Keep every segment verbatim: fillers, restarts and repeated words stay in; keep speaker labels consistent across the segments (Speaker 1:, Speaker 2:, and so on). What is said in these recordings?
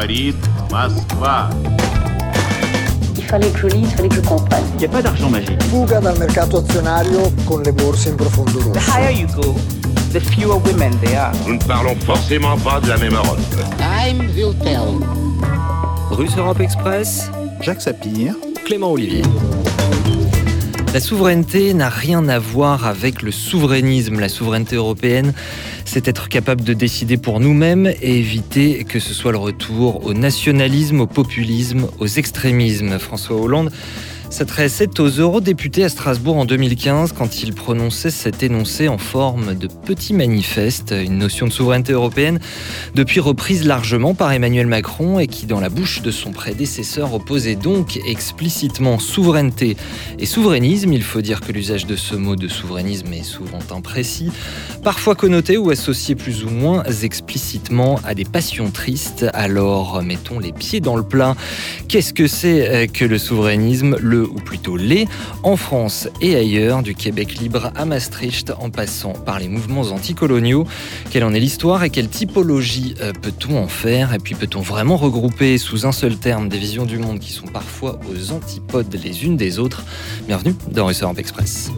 Speaker 1: говорит Москва.
Speaker 2: Il fallait que je lise, il fallait que je comprenne.
Speaker 3: Il n'y a pas d'argent magique.
Speaker 4: Fuga dal mercato azionario con le borse in profondo rosso.
Speaker 5: The higher you go, the fewer women there are.
Speaker 1: Nous ne parlons forcément pas de la même Europe.
Speaker 6: Time will tell.
Speaker 7: Russe Europe Express,
Speaker 8: Jacques Sapir,
Speaker 7: Clément Olivier. La souveraineté n'a rien à voir avec le souverainisme. La souveraineté européenne, c'est être capable de décider pour nous-mêmes et éviter que ce soit le retour au nationalisme, au populisme, aux extrémismes. François Hollande s'adressait aux eurodéputés à Strasbourg en deux mille quinze quand il prononçait cet énoncé en forme de petit manifeste, une notion de souveraineté européenne depuis reprise largement par Emmanuel Macron et qui, dans la bouche de son prédécesseur, opposait donc explicitement souveraineté et souverainisme. Il faut dire que l'usage de ce mot de souverainisme est souvent imprécis, parfois connoté ou associé plus ou moins explicitement à des passions tristes. Alors, mettons les pieds dans le plat. Qu'est-ce que c'est que le souverainisme ? Le ou plutôt les, en France et ailleurs, du Québec libre à Maastricht, en passant par les mouvements anticoloniaux. Quelle en est l'histoire et quelle typologie euh, peut-on en faire ? Et puis peut-on vraiment regrouper sous un seul terme des visions du monde qui sont parfois aux antipodes les unes des autres ? Bienvenue dans Russe Europe Express.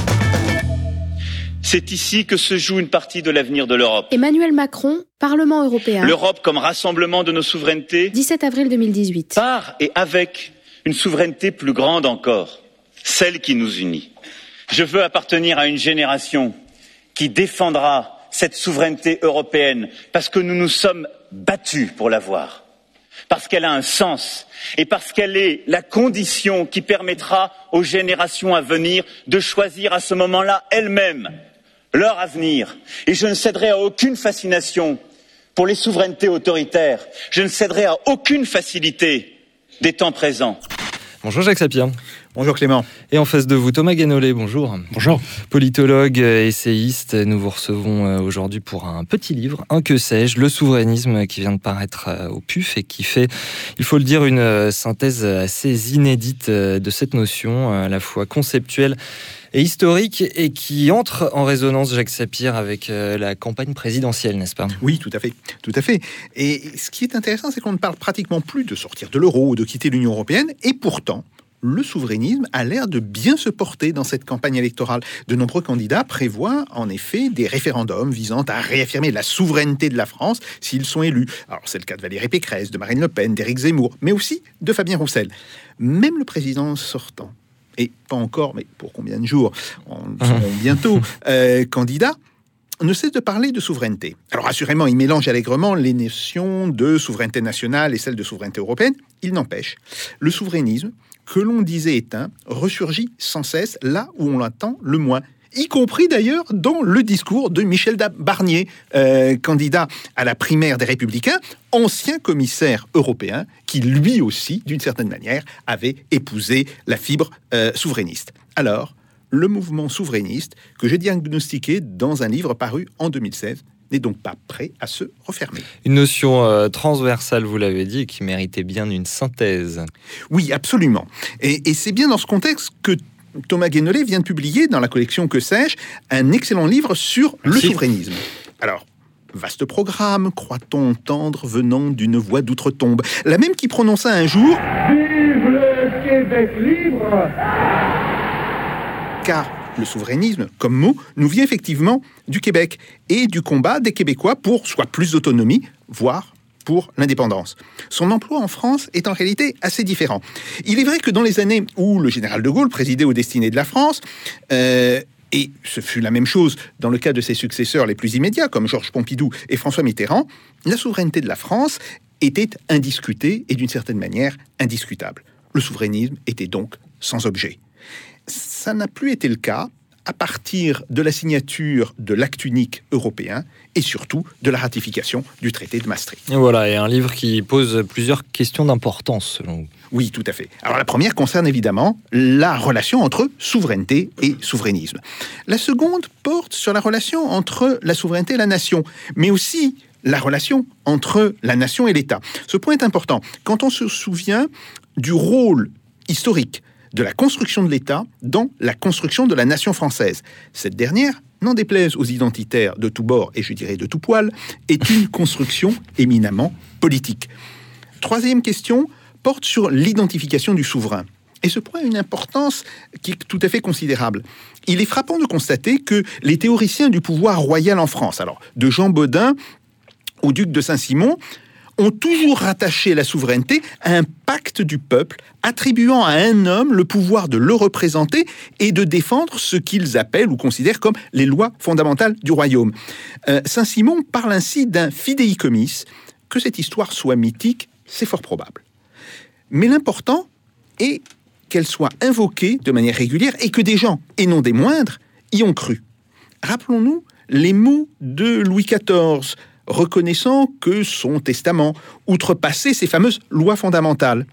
Speaker 9: C'est ici que se joue une partie de l'avenir de l'Europe.
Speaker 10: Emmanuel Macron, Parlement européen.
Speaker 9: L'Europe comme rassemblement de nos souverainetés.
Speaker 10: dix-sept avril deux mille dix-huit.
Speaker 9: Par et avec une souveraineté plus grande encore, celle qui nous unit. Je veux appartenir à une génération qui défendra cette souveraineté européenne parce que nous nous sommes battus pour l'avoir, parce qu'elle a un sens et parce qu'elle est la condition qui permettra aux générations à venir de choisir à ce moment-là elles-mêmes leur avenir. Et je ne céderai à aucune fascination pour les souverainetés autoritaires, je ne céderai à aucune facilité des temps présents.
Speaker 7: Bonjour Jacques Sapir.
Speaker 8: Bonjour Clément.
Speaker 7: Et en face de vous, Thomas Guénolé, bonjour.
Speaker 8: Bonjour.
Speaker 7: Politologue, essayiste, nous vous recevons aujourd'hui pour un petit livre, Un que sais-je, le souverainisme qui vient de paraître au P U F et qui fait, il faut le dire, une synthèse assez inédite de cette notion, à la fois conceptuelle et historique, et qui entre en résonance, Jacques Sapir, avec la campagne présidentielle, n'est-ce pas ?
Speaker 8: Oui, tout à fait, tout à fait. Et ce qui est intéressant, c'est qu'on ne parle pratiquement plus de sortir de l'euro ou de quitter l'Union européenne, et pourtant, le souverainisme a l'air de bien se porter dans cette campagne électorale. De nombreux candidats prévoient en effet des référendums visant à réaffirmer la souveraineté de la France s'ils sont élus. Alors c'est le cas de Valérie Pécresse, de Marine Le Pen, d'Éric Zemmour, mais aussi de Fabien Roussel. Même le président sortant, et pas encore, mais pour combien de jours, on seront bientôt euh, candidats, ne cesse de parler de souveraineté. Alors assurément, il mélange allègrement les notions de souveraineté nationale et celles de souveraineté européenne. Il n'empêche, le souverainisme, que l'on disait éteint, ressurgit sans cesse là où on l'attend le moins, y compris d'ailleurs dans le discours de Michel Barnier, euh, candidat à la primaire des Républicains, ancien commissaire européen, qui lui aussi, d'une certaine manière, avait épousé la fibre euh, souverainiste. Alors, le mouvement souverainiste, que j'ai diagnostiqué dans un livre paru en deux mille seize, n'est donc pas prêt à se refermer.
Speaker 7: Une notion euh, transversale, vous l'avez dit, et qui méritait bien une synthèse.
Speaker 8: Oui, absolument. Et, et c'est bien dans ce contexte que Thomas Guénolé vient de publier, dans la collection Que sais-je, un excellent livre sur Merci. le souverainisme. Alors, vaste programme, croit-on entendre venant d'une voix d'outre-tombe, la même qui prononça un jour « Vive le Québec libre !» Car le souverainisme, comme mot, nous vient effectivement du Québec et du combat des Québécois pour soit plus d'autonomie, voire pour l'indépendance. Son emploi en France est en réalité assez différent. Il est vrai que dans les années où le général de Gaulle présidait aux destinées de la France, euh, et ce fut la même chose dans le cas de ses successeurs les plus immédiats, comme Georges Pompidou et François Mitterrand, la souveraineté de la France était indiscutée et d'une certaine manière indiscutable. Le souverainisme était donc sans objet. Ça n'a plus été le cas à partir de la signature de l'acte unique européen et surtout de la ratification du traité de Maastricht.
Speaker 7: Et voilà, et un livre qui pose plusieurs questions d'importance selon vous.
Speaker 8: Oui, tout à fait. Alors la première concerne évidemment la relation entre souveraineté et souverainisme. La seconde porte sur la relation entre la souveraineté et la nation, mais aussi la relation entre la nation et l'État. Ce point est important. Quand on se souvient du rôle historique de la construction de l'État dans la construction de la nation française. Cette dernière, n'en déplaise aux identitaires de tous bords, et je dirais de tout poil, est une construction éminemment politique. Troisième question porte sur l'identification du souverain. Et ce point a une importance qui est tout à fait considérable. Il est frappant de constater que les théoriciens du pouvoir royal en France, alors de Jean Bodin au duc de Saint-Simon, ont toujours rattaché la souveraineté à un pacte du peuple, attribuant à un homme le pouvoir de le représenter et de défendre ce qu'ils appellent ou considèrent comme les lois fondamentales du royaume. Euh, Saint-Simon parle ainsi d'un fidéicomice. Que cette histoire soit mythique, c'est fort probable. Mais l'important est qu'elle soit invoquée de manière régulière et que des gens, et non des moindres, y ont cru. Rappelons-nous les mots de Louis quatorze, reconnaissant que son testament outrepassait ces fameuses lois fondamentales.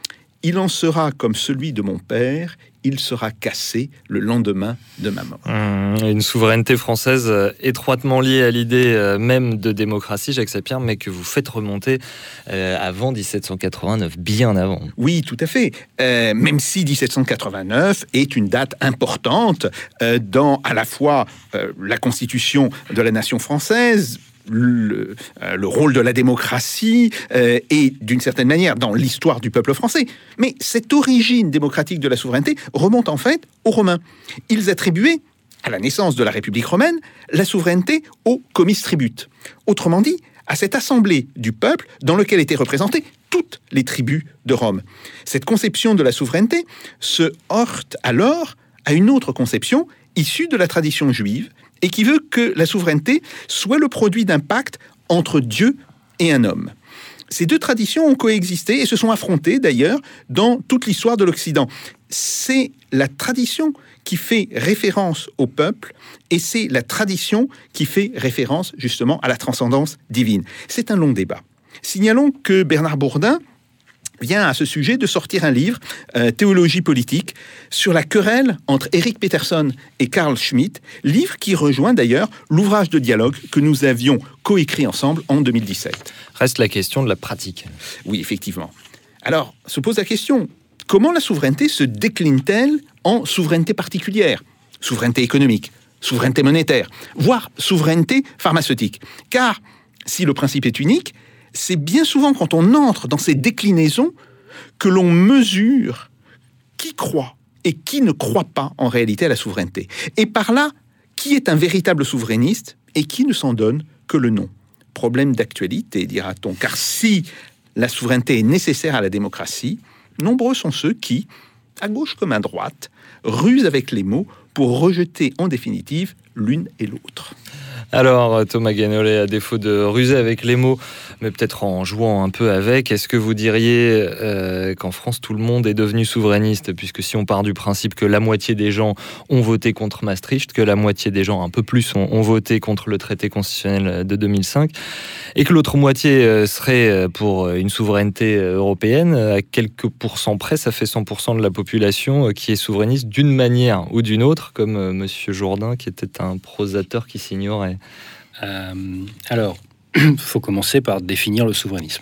Speaker 8: Il en sera comme celui de mon père, il sera cassé le lendemain de ma mort.
Speaker 7: Mmh, une souveraineté française étroitement liée à l'idée même de démocratie, Jacques Sapir, mais que vous faites remonter euh, avant dix-sept cent quatre-vingt-neuf, bien avant.
Speaker 8: Oui, tout à fait. Euh, même si dix-sept cent quatre-vingt-neuf est une date importante euh, dans à la fois euh, la constitution de la nation française, Le, euh, le rôle de la démocratie euh, et d'une certaine manière dans l'histoire du peuple français. Mais cette origine démocratique de la souveraineté remonte en fait aux Romains. Ils attribuaient à la naissance de la République romaine la souveraineté au comice tribute. Autrement dit, à cette assemblée du peuple dans laquelle étaient représentées toutes les tribus de Rome. Cette conception de la souveraineté se heurte alors à une autre conception issue de la tradition juive et qui veut que la souveraineté soit le produit d'un pacte entre Dieu et un homme. Ces deux traditions ont coexisté et se sont affrontées d'ailleurs dans toute l'histoire de l'Occident. C'est la tradition qui fait référence au peuple et c'est la tradition qui fait référence justement à la transcendance divine. C'est un long débat. Signalons que Bernard Bourdin vient à ce sujet de sortir un livre, euh, Théologie politique, sur la querelle entre Eric Peterson et Carl Schmitt, livre qui rejoint d'ailleurs l'ouvrage de dialogue que nous avions coécrit ensemble en deux mille dix-sept.
Speaker 7: Reste la question de la pratique.
Speaker 8: Oui, effectivement. Alors, se pose la question, comment la souveraineté se décline-t-elle en souveraineté particulière ? Souveraineté économique, souveraineté monétaire, voire souveraineté pharmaceutique. Car, si le principe est unique, c'est bien souvent quand on entre dans ces déclinaisons que l'on mesure qui croit et qui ne croit pas en réalité à la souveraineté. Et par là, qui est un véritable souverainiste et qui ne s'en donne que le nom. Problème d'actualité, dira-t-on, car si la souveraineté est nécessaire à la démocratie, nombreux sont ceux qui, à gauche comme à droite, rusent avec les mots pour rejeter en définitive l'une et l'autre.
Speaker 7: Alors, Thomas Guénolé, à défaut de ruser avec les mots, mais peut-être en jouant un peu avec, est-ce que vous diriez euh, qu'en France, tout le monde est devenu souverainiste ? Puisque si on part du principe que la moitié des gens ont voté contre Maastricht, que la moitié des gens, un peu plus, ont, ont voté contre le traité constitutionnel de deux mille cinq, et que l'autre moitié serait pour une souveraineté européenne, à quelques pourcents près, ça fait cent pour cent de la population qui est souverainiste d'une manière ou d'une autre, comme euh, Monsieur Jourdain, qui était un prosateur qui s'ignorait.
Speaker 3: Euh, alors, il faut commencer par définir le souverainisme.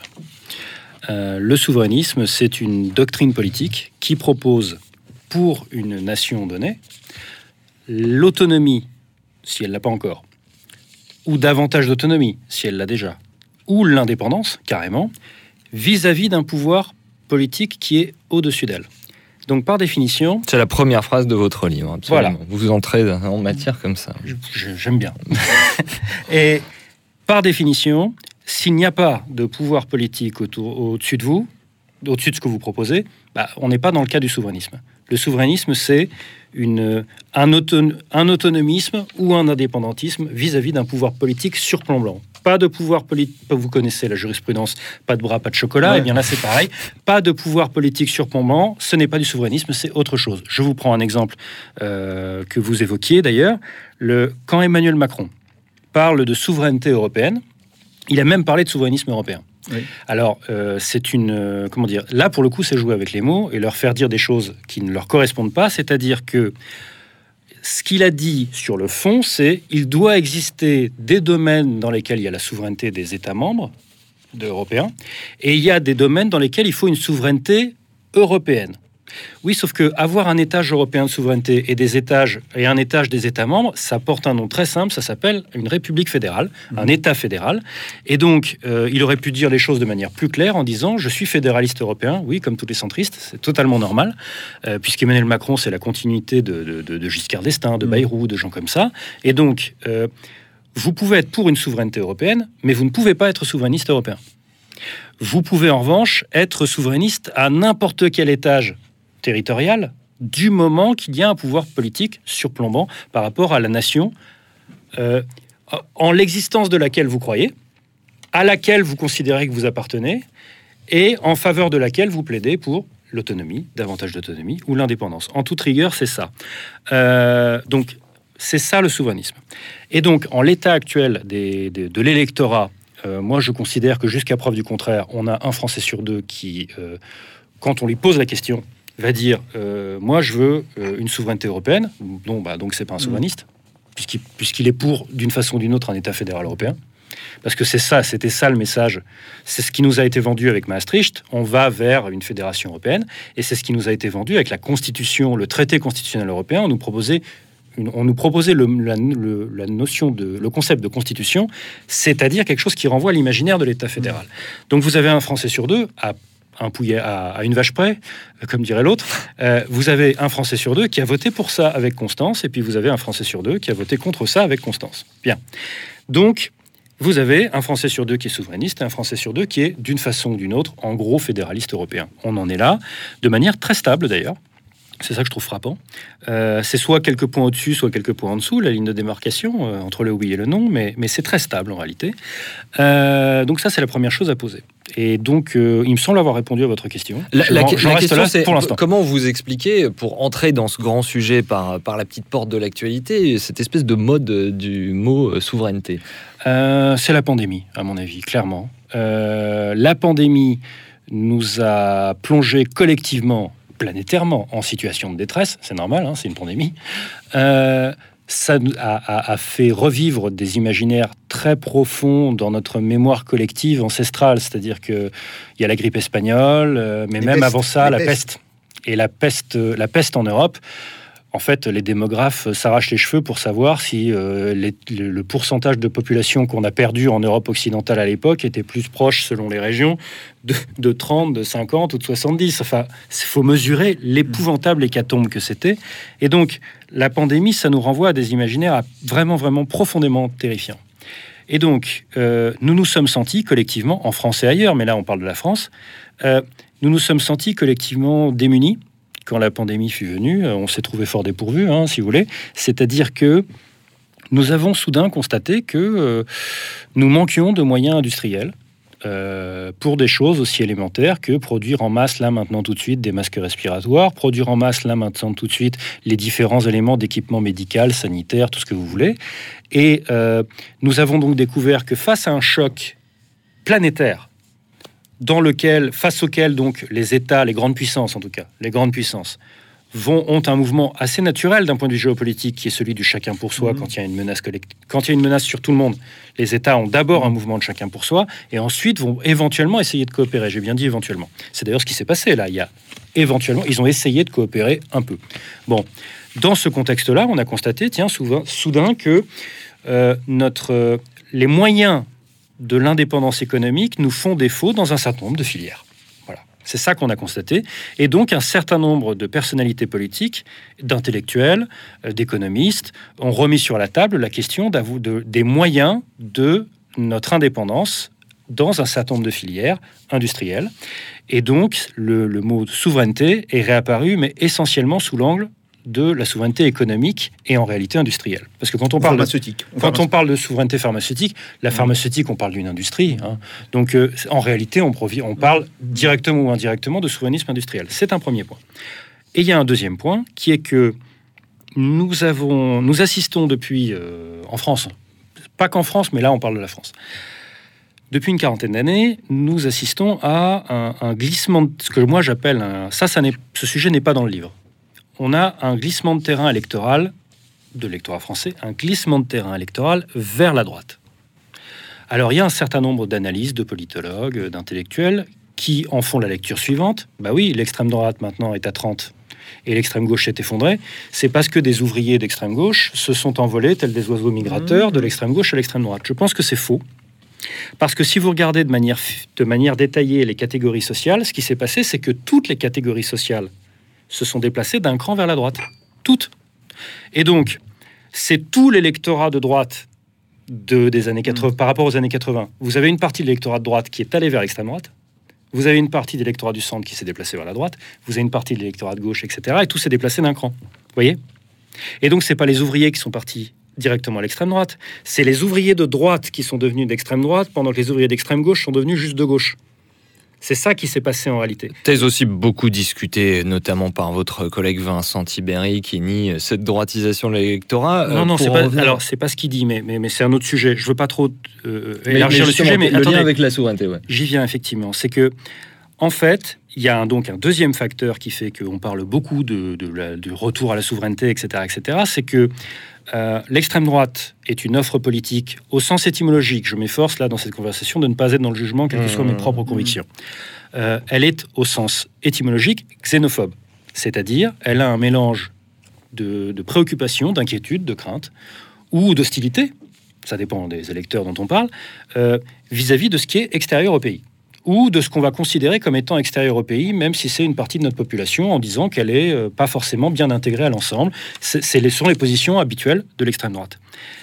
Speaker 3: Euh, le souverainisme, c'est une doctrine politique qui propose pour une nation donnée l'autonomie, si elle ne l'a pas encore, ou davantage d'autonomie, si elle l'a déjà, ou l'indépendance, carrément, vis-à-vis d'un pouvoir politique qui est au-dessus d'elle. Donc, par définition...
Speaker 7: C'est la première phrase de votre livre, absolument.
Speaker 3: Voilà.
Speaker 7: Vous entrez en matière comme ça.
Speaker 3: Je, j'aime bien. Et par définition, s'il n'y a pas de pouvoir politique autour, au-dessus de vous, au-dessus de ce que vous proposez, bah, on n'est pas dans le cas du souverainisme. Le souverainisme, c'est une, un, auton, un autonomisme ou un indépendantisme vis-à-vis d'un pouvoir politique surplombant. Pas de pouvoir politique, vous connaissez la jurisprudence, pas de bras, pas de chocolat, ouais. Et bien là c'est pareil. Pas de pouvoir politique surplombant, ce n'est pas du souverainisme, c'est autre chose. Je vous prends un exemple euh, que vous évoquiez d'ailleurs. Le, quand Emmanuel Macron parle de souveraineté européenne, il a même parlé de souverainisme européen. Oui. Alors, euh, c'est une... Euh, comment dire ? Là, pour le coup, c'est jouer avec les mots et leur faire dire des choses qui ne leur correspondent pas, c'est-à-dire que ce qu'il a dit sur le fond, c'est qu'il doit exister des domaines dans lesquels il y a la souveraineté des États membres de européens, et il y a des domaines dans lesquels il faut une souveraineté européenne. Oui, sauf que avoir un étage européen de souveraineté et des étages et un étage des États membres, ça porte un nom très simple, ça s'appelle une république fédérale, mmh. un État fédéral. Et donc, euh, il aurait pu dire les choses de manière plus claire en disant « je suis fédéraliste européen ». Oui, comme tous les centristes, c'est totalement normal, euh, puisqu'Emmanuel Macron, c'est la continuité de, de, de, de Giscard d'Estaing, de mmh. Bayrou, de gens comme ça. Et donc, euh, vous pouvez être pour une souveraineté européenne, mais vous ne pouvez pas être souverainiste européen. Vous pouvez en revanche être souverainiste à n'importe quel étage territorial du moment qu'il y a un pouvoir politique surplombant par rapport à la nation euh, en l'existence de laquelle vous croyez, à laquelle vous considérez que vous appartenez et en faveur de laquelle vous plaidez pour l'autonomie, davantage d'autonomie ou l'indépendance. En toute rigueur, c'est ça. Euh, donc, c'est ça le souverainisme. Et donc, en l'état actuel des, des, de l'électorat, Euh, moi, je considère que jusqu'à preuve du contraire, on a un Français sur deux qui, euh, quand on lui pose la question, va dire euh, « moi, je veux euh, une souveraineté européenne ». Non, bah, donc c'est pas un souverainiste, mmh. puisqu'il, puisqu'il est pour, d'une façon ou d'une autre, un État fédéral européen. Parce que c'est ça, c'était ça le message. C'est ce qui nous a été vendu avec Maastricht. On va vers une fédération européenne. Et c'est ce qui nous a été vendu avec la Constitution, le traité constitutionnel européen. On nous proposait... Une, on nous proposait le, la, le, la notion de le concept de constitution, c'est-à-dire quelque chose qui renvoie à l'imaginaire de l'État fédéral. Donc vous avez un Français sur deux, à, un pouillet, à, à une vache près, comme dirait l'autre. Euh, vous avez un Français sur deux qui a voté pour ça avec Constance, et puis vous avez un Français sur deux qui a voté contre ça avec Constance. Bien. Donc vous avez un Français sur deux qui est souverainiste et un Français sur deux qui est, d'une façon ou d'une autre, en gros fédéraliste européen. On en est là, de manière très stable d'ailleurs. C'est ça que je trouve frappant. Euh, c'est soit quelques points au-dessus, soit quelques points en dessous, la ligne de démarcation euh, entre le oui et le non, mais, mais c'est très stable en réalité. Euh, donc ça, c'est la première chose à poser. Et donc, euh, il me semble avoir répondu à votre question.
Speaker 7: La, la,
Speaker 3: je
Speaker 7: la
Speaker 3: reste
Speaker 7: question,
Speaker 3: là
Speaker 7: c'est
Speaker 3: pour l'instant.
Speaker 7: Comment vous expliquez, pour entrer dans ce grand sujet par, par la petite porte de l'actualité, cette espèce de mode du mot souveraineté ?
Speaker 3: euh, C'est la pandémie, à mon avis, clairement. Euh, la pandémie nous a plongé collectivement, planétairement, en situation de détresse. C'est normal, hein, c'est une pandémie. Euh, ça a, a, a fait revivre des imaginaires très profonds dans notre mémoire collective ancestrale. C'est-à-dire qu'il y a la grippe espagnole, euh, mais les même pestes, avant ça, la peste. peste. Et la peste, la peste en Europe, en fait, les démographes s'arrachent les cheveux pour savoir si euh, les, le, le pourcentage de population qu'on a perdu en Europe occidentale à l'époque était plus proche, selon les régions, de, de trente, de cinquante ou de soixante-dix. Enfin, il faut mesurer l'épouvantable hécatombe que c'était. Et donc, la pandémie, ça nous renvoie à des imaginaires vraiment, vraiment profondément terrifiants. Et donc, euh, nous nous sommes sentis collectivement, en France et ailleurs, mais là, on parle de la France, euh, nous nous sommes sentis collectivement démunis. Quand la pandémie fut venue, on s'est trouvé fort dépourvu, hein, si vous voulez. C'est-à-dire que nous avons soudain constaté que euh, nous manquions de moyens industriels euh, pour des choses aussi élémentaires que produire en masse, là, maintenant, tout de suite, des masques respiratoires, produire en masse, là, maintenant, tout de suite, les différents éléments d'équipement médical, sanitaire, tout ce que vous voulez. Et euh, nous avons donc découvert que face à un choc planétaire, dans lequel, face auquel donc les États, les grandes puissances en tout cas, les grandes puissances vont, ont un mouvement assez naturel d'un point de vue géopolitique qui est celui du chacun pour soi. Mmh. Quand il y a une menace collect... quand il y a une menace sur tout le monde, les États ont d'abord un mouvement de chacun pour soi et ensuite vont éventuellement essayer de coopérer. J'ai bien dit éventuellement. C'est d'ailleurs ce qui s'est passé là. Il y a éventuellement, ils ont essayé de coopérer un peu. Bon, dans ce contexte-là, on a constaté, tiens, souvent, soudain que euh, notre euh, les moyens de l'indépendance économique nous font défaut dans un certain nombre de filières. Voilà. C'est ça qu'on a constaté. Et donc, un certain nombre de personnalités politiques, d'intellectuels, euh, d'économistes, ont remis sur la table la question de, des moyens de notre indépendance dans un certain nombre de filières industrielles. Et donc, le, le mot souveraineté est réapparu, mais essentiellement sous l'angle de la souveraineté économique et en réalité industrielle. Parce que quand on parle
Speaker 8: pharmaceutique.
Speaker 3: de, quand on parle de souveraineté pharmaceutique, la pharmaceutique, on parle d'une industrie. Hein. Donc, euh, en réalité, on, provi- on parle directement ou indirectement de souverainisme industriel. C'est un premier point. Et il y a un deuxième point qui est que nous avons, nous assistons depuis, euh, en France, pas qu'en France, mais là, on parle de la France. Depuis une quarantaine d'années, nous assistons à un, un glissement, de, ce que moi j'appelle un, ça, ça n'est, ce sujet n'est pas dans le livre. On a un glissement de terrain électoral, de l'électorat français, un glissement de terrain électoral vers la droite. Alors, il y a un certain nombre d'analystes, de politologues, d'intellectuels qui en font la lecture suivante. Bah oui, l'extrême droite maintenant est à trente et l'extrême gauche s'est effondrée. C'est parce que des ouvriers d'extrême gauche se sont envolés tels des oiseaux migrateurs de l'extrême gauche à l'extrême droite. Je pense que c'est faux. Parce que si vous regardez de manière, de manière détaillée les catégories sociales, ce qui s'est passé, c'est que toutes les catégories sociales se sont déplacées d'un cran vers la droite. Toutes. Et donc, c'est tout l'électorat de droite de, des années quatre-vingts, mmh. par rapport aux années quatre-vingts. Vous avez une partie de l'électorat de droite qui est allée vers l'extrême droite. Vous avez une partie de l'électorat du centre qui s'est déplacée vers la droite. Vous avez une partie de l'électorat de gauche, et cetera. Et tout s'est déplacé d'un cran. Vous voyez ? Et donc, c'est pas les ouvriers qui sont partis directement à l'extrême droite. C'est les ouvriers de droite qui sont devenus d'extrême droite, pendant que les ouvriers d'extrême gauche sont devenus juste de gauche. C'est ça qui s'est passé en réalité.
Speaker 7: Thèse aussi beaucoup discutée, notamment par votre collègue Vincent Tibéri, qui nie cette droitisation de l'électorat.
Speaker 3: Non, non,
Speaker 7: euh,
Speaker 3: c'est pas,
Speaker 7: revenir...
Speaker 3: alors c'est pas ce qu'il dit, mais, mais, mais c'est un autre sujet. Je veux pas trop euh,
Speaker 7: mais,
Speaker 3: élargir
Speaker 7: mais
Speaker 3: le sujet, mais
Speaker 7: le
Speaker 3: attendez,
Speaker 7: lien avec la souveraineté, ouais.
Speaker 3: J'y viens effectivement. C'est que, en fait, il y a un, donc un deuxième facteur qui fait qu'on parle beaucoup de, de la, du retour à la souveraineté, et cetera, et cetera. C'est que Euh, l'extrême droite est une offre politique au sens étymologique. Je m'efforce là dans cette conversation de ne pas être dans le jugement, quelles que soient mes propres convictions. Euh, elle est au sens étymologique xénophobe, c'est-à-dire elle a un mélange de, de préoccupation, d'inquiétude, de crainte ou d'hostilité, ça dépend des électeurs dont on parle, euh, vis-à-vis de ce qui est extérieur au pays, ou de ce qu'on va considérer comme étant extérieur au pays, même si c'est une partie de notre population, en disant qu'elle est euh, pas forcément bien intégrée à l'ensemble. C'est, c'est les, sont les positions habituelles de l'extrême droite.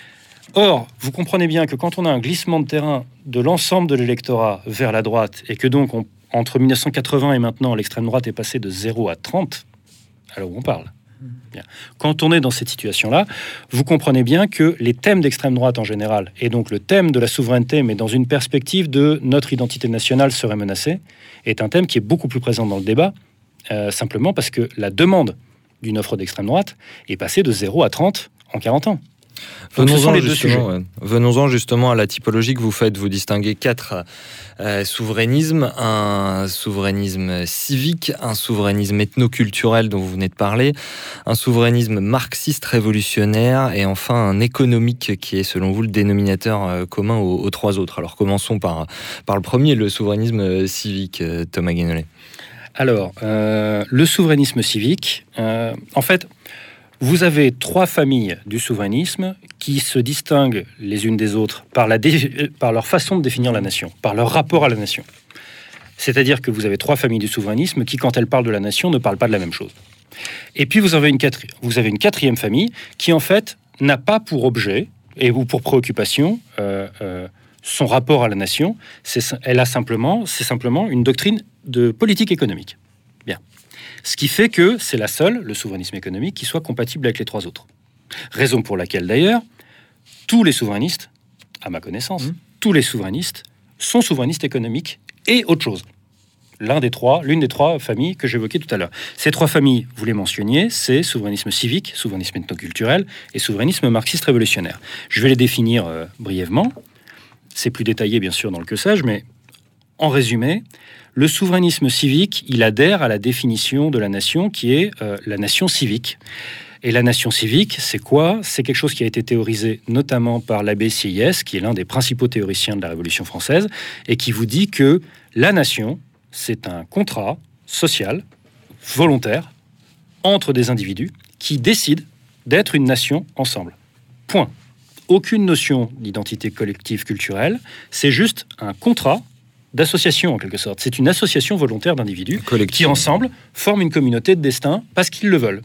Speaker 3: Or, vous comprenez bien que quand on a un glissement de terrain de l'ensemble de l'électorat vers la droite, et que donc, on, entre dix-neuf cent quatre-vingts et maintenant, l'extrême droite est passée de zéro à trente, alors on parle. Bien. Quand on est dans cette situation-là, vous comprenez bien que les thèmes d'extrême droite en général, et donc le thème de la souveraineté, mais dans une perspective de notre identité nationale serait menacée, est un thème qui est beaucoup plus présent dans le débat, euh, simplement parce que la demande d'une offre d'extrême droite est passée de zéro à trente en quarante ans.
Speaker 7: Venons-en justement, ouais. Venons-en justement à la typologie que vous faites. Vous distinguez quatre euh, souverainismes. Un souverainisme civique, un souverainisme ethnoculturel dont vous venez de parler, un souverainisme marxiste révolutionnaire et enfin un économique qui est selon vous le dénominateur euh, commun aux, aux trois autres. Alors commençons par, par le premier, le souverainisme civique, euh, Thomas Guénolé.
Speaker 3: Alors, euh, le souverainisme civique, euh, en fait... Vous avez trois familles du souverainisme qui se distinguent les unes des autres par, la dé... par leur façon de définir la nation, par leur rapport à la nation. C'est-à-dire que vous avez trois familles du souverainisme qui, quand elles parlent de la nation, ne parlent pas de la même chose. Et puis vous avez une, quatri... vous avez une quatrième famille qui, en fait, n'a pas pour objet et ou pour préoccupation euh, euh, son rapport à la nation. C'est... Elle a simplement, c'est simplement une doctrine de politique économique. Bien. Ce qui fait que c'est la seule, le souverainisme économique, qui soit compatible avec les trois autres. Raison pour laquelle, d'ailleurs, tous les souverainistes, à ma connaissance, mmh. tous les souverainistes sont souverainistes économiques et autre chose. L'un des trois, l'une des trois familles que j'évoquais tout à l'heure. Ces trois familles, vous les mentionniez, c'est souverainisme civique, souverainisme ethnoculturel et souverainisme marxiste révolutionnaire. Je vais les définir euh, brièvement. C'est plus détaillé, bien sûr, dans le que sais-je, mais en résumé, le souverainisme civique, il adhère à la définition de la nation qui est euh, la nation civique. Et la nation civique, c'est quoi ? C'est quelque chose qui a été théorisé notamment par l'abbé Sieyès, qui est l'un des principaux théoriciens de la Révolution française, et qui vous dit que la nation, c'est un contrat social, volontaire, entre des individus qui décident d'être une nation ensemble. Point. Aucune notion d'identité collective culturelle, c'est juste un contrat d'association en quelque sorte. C'est une association volontaire d'individus qui ensemble forment une communauté de destin parce qu'ils le veulent.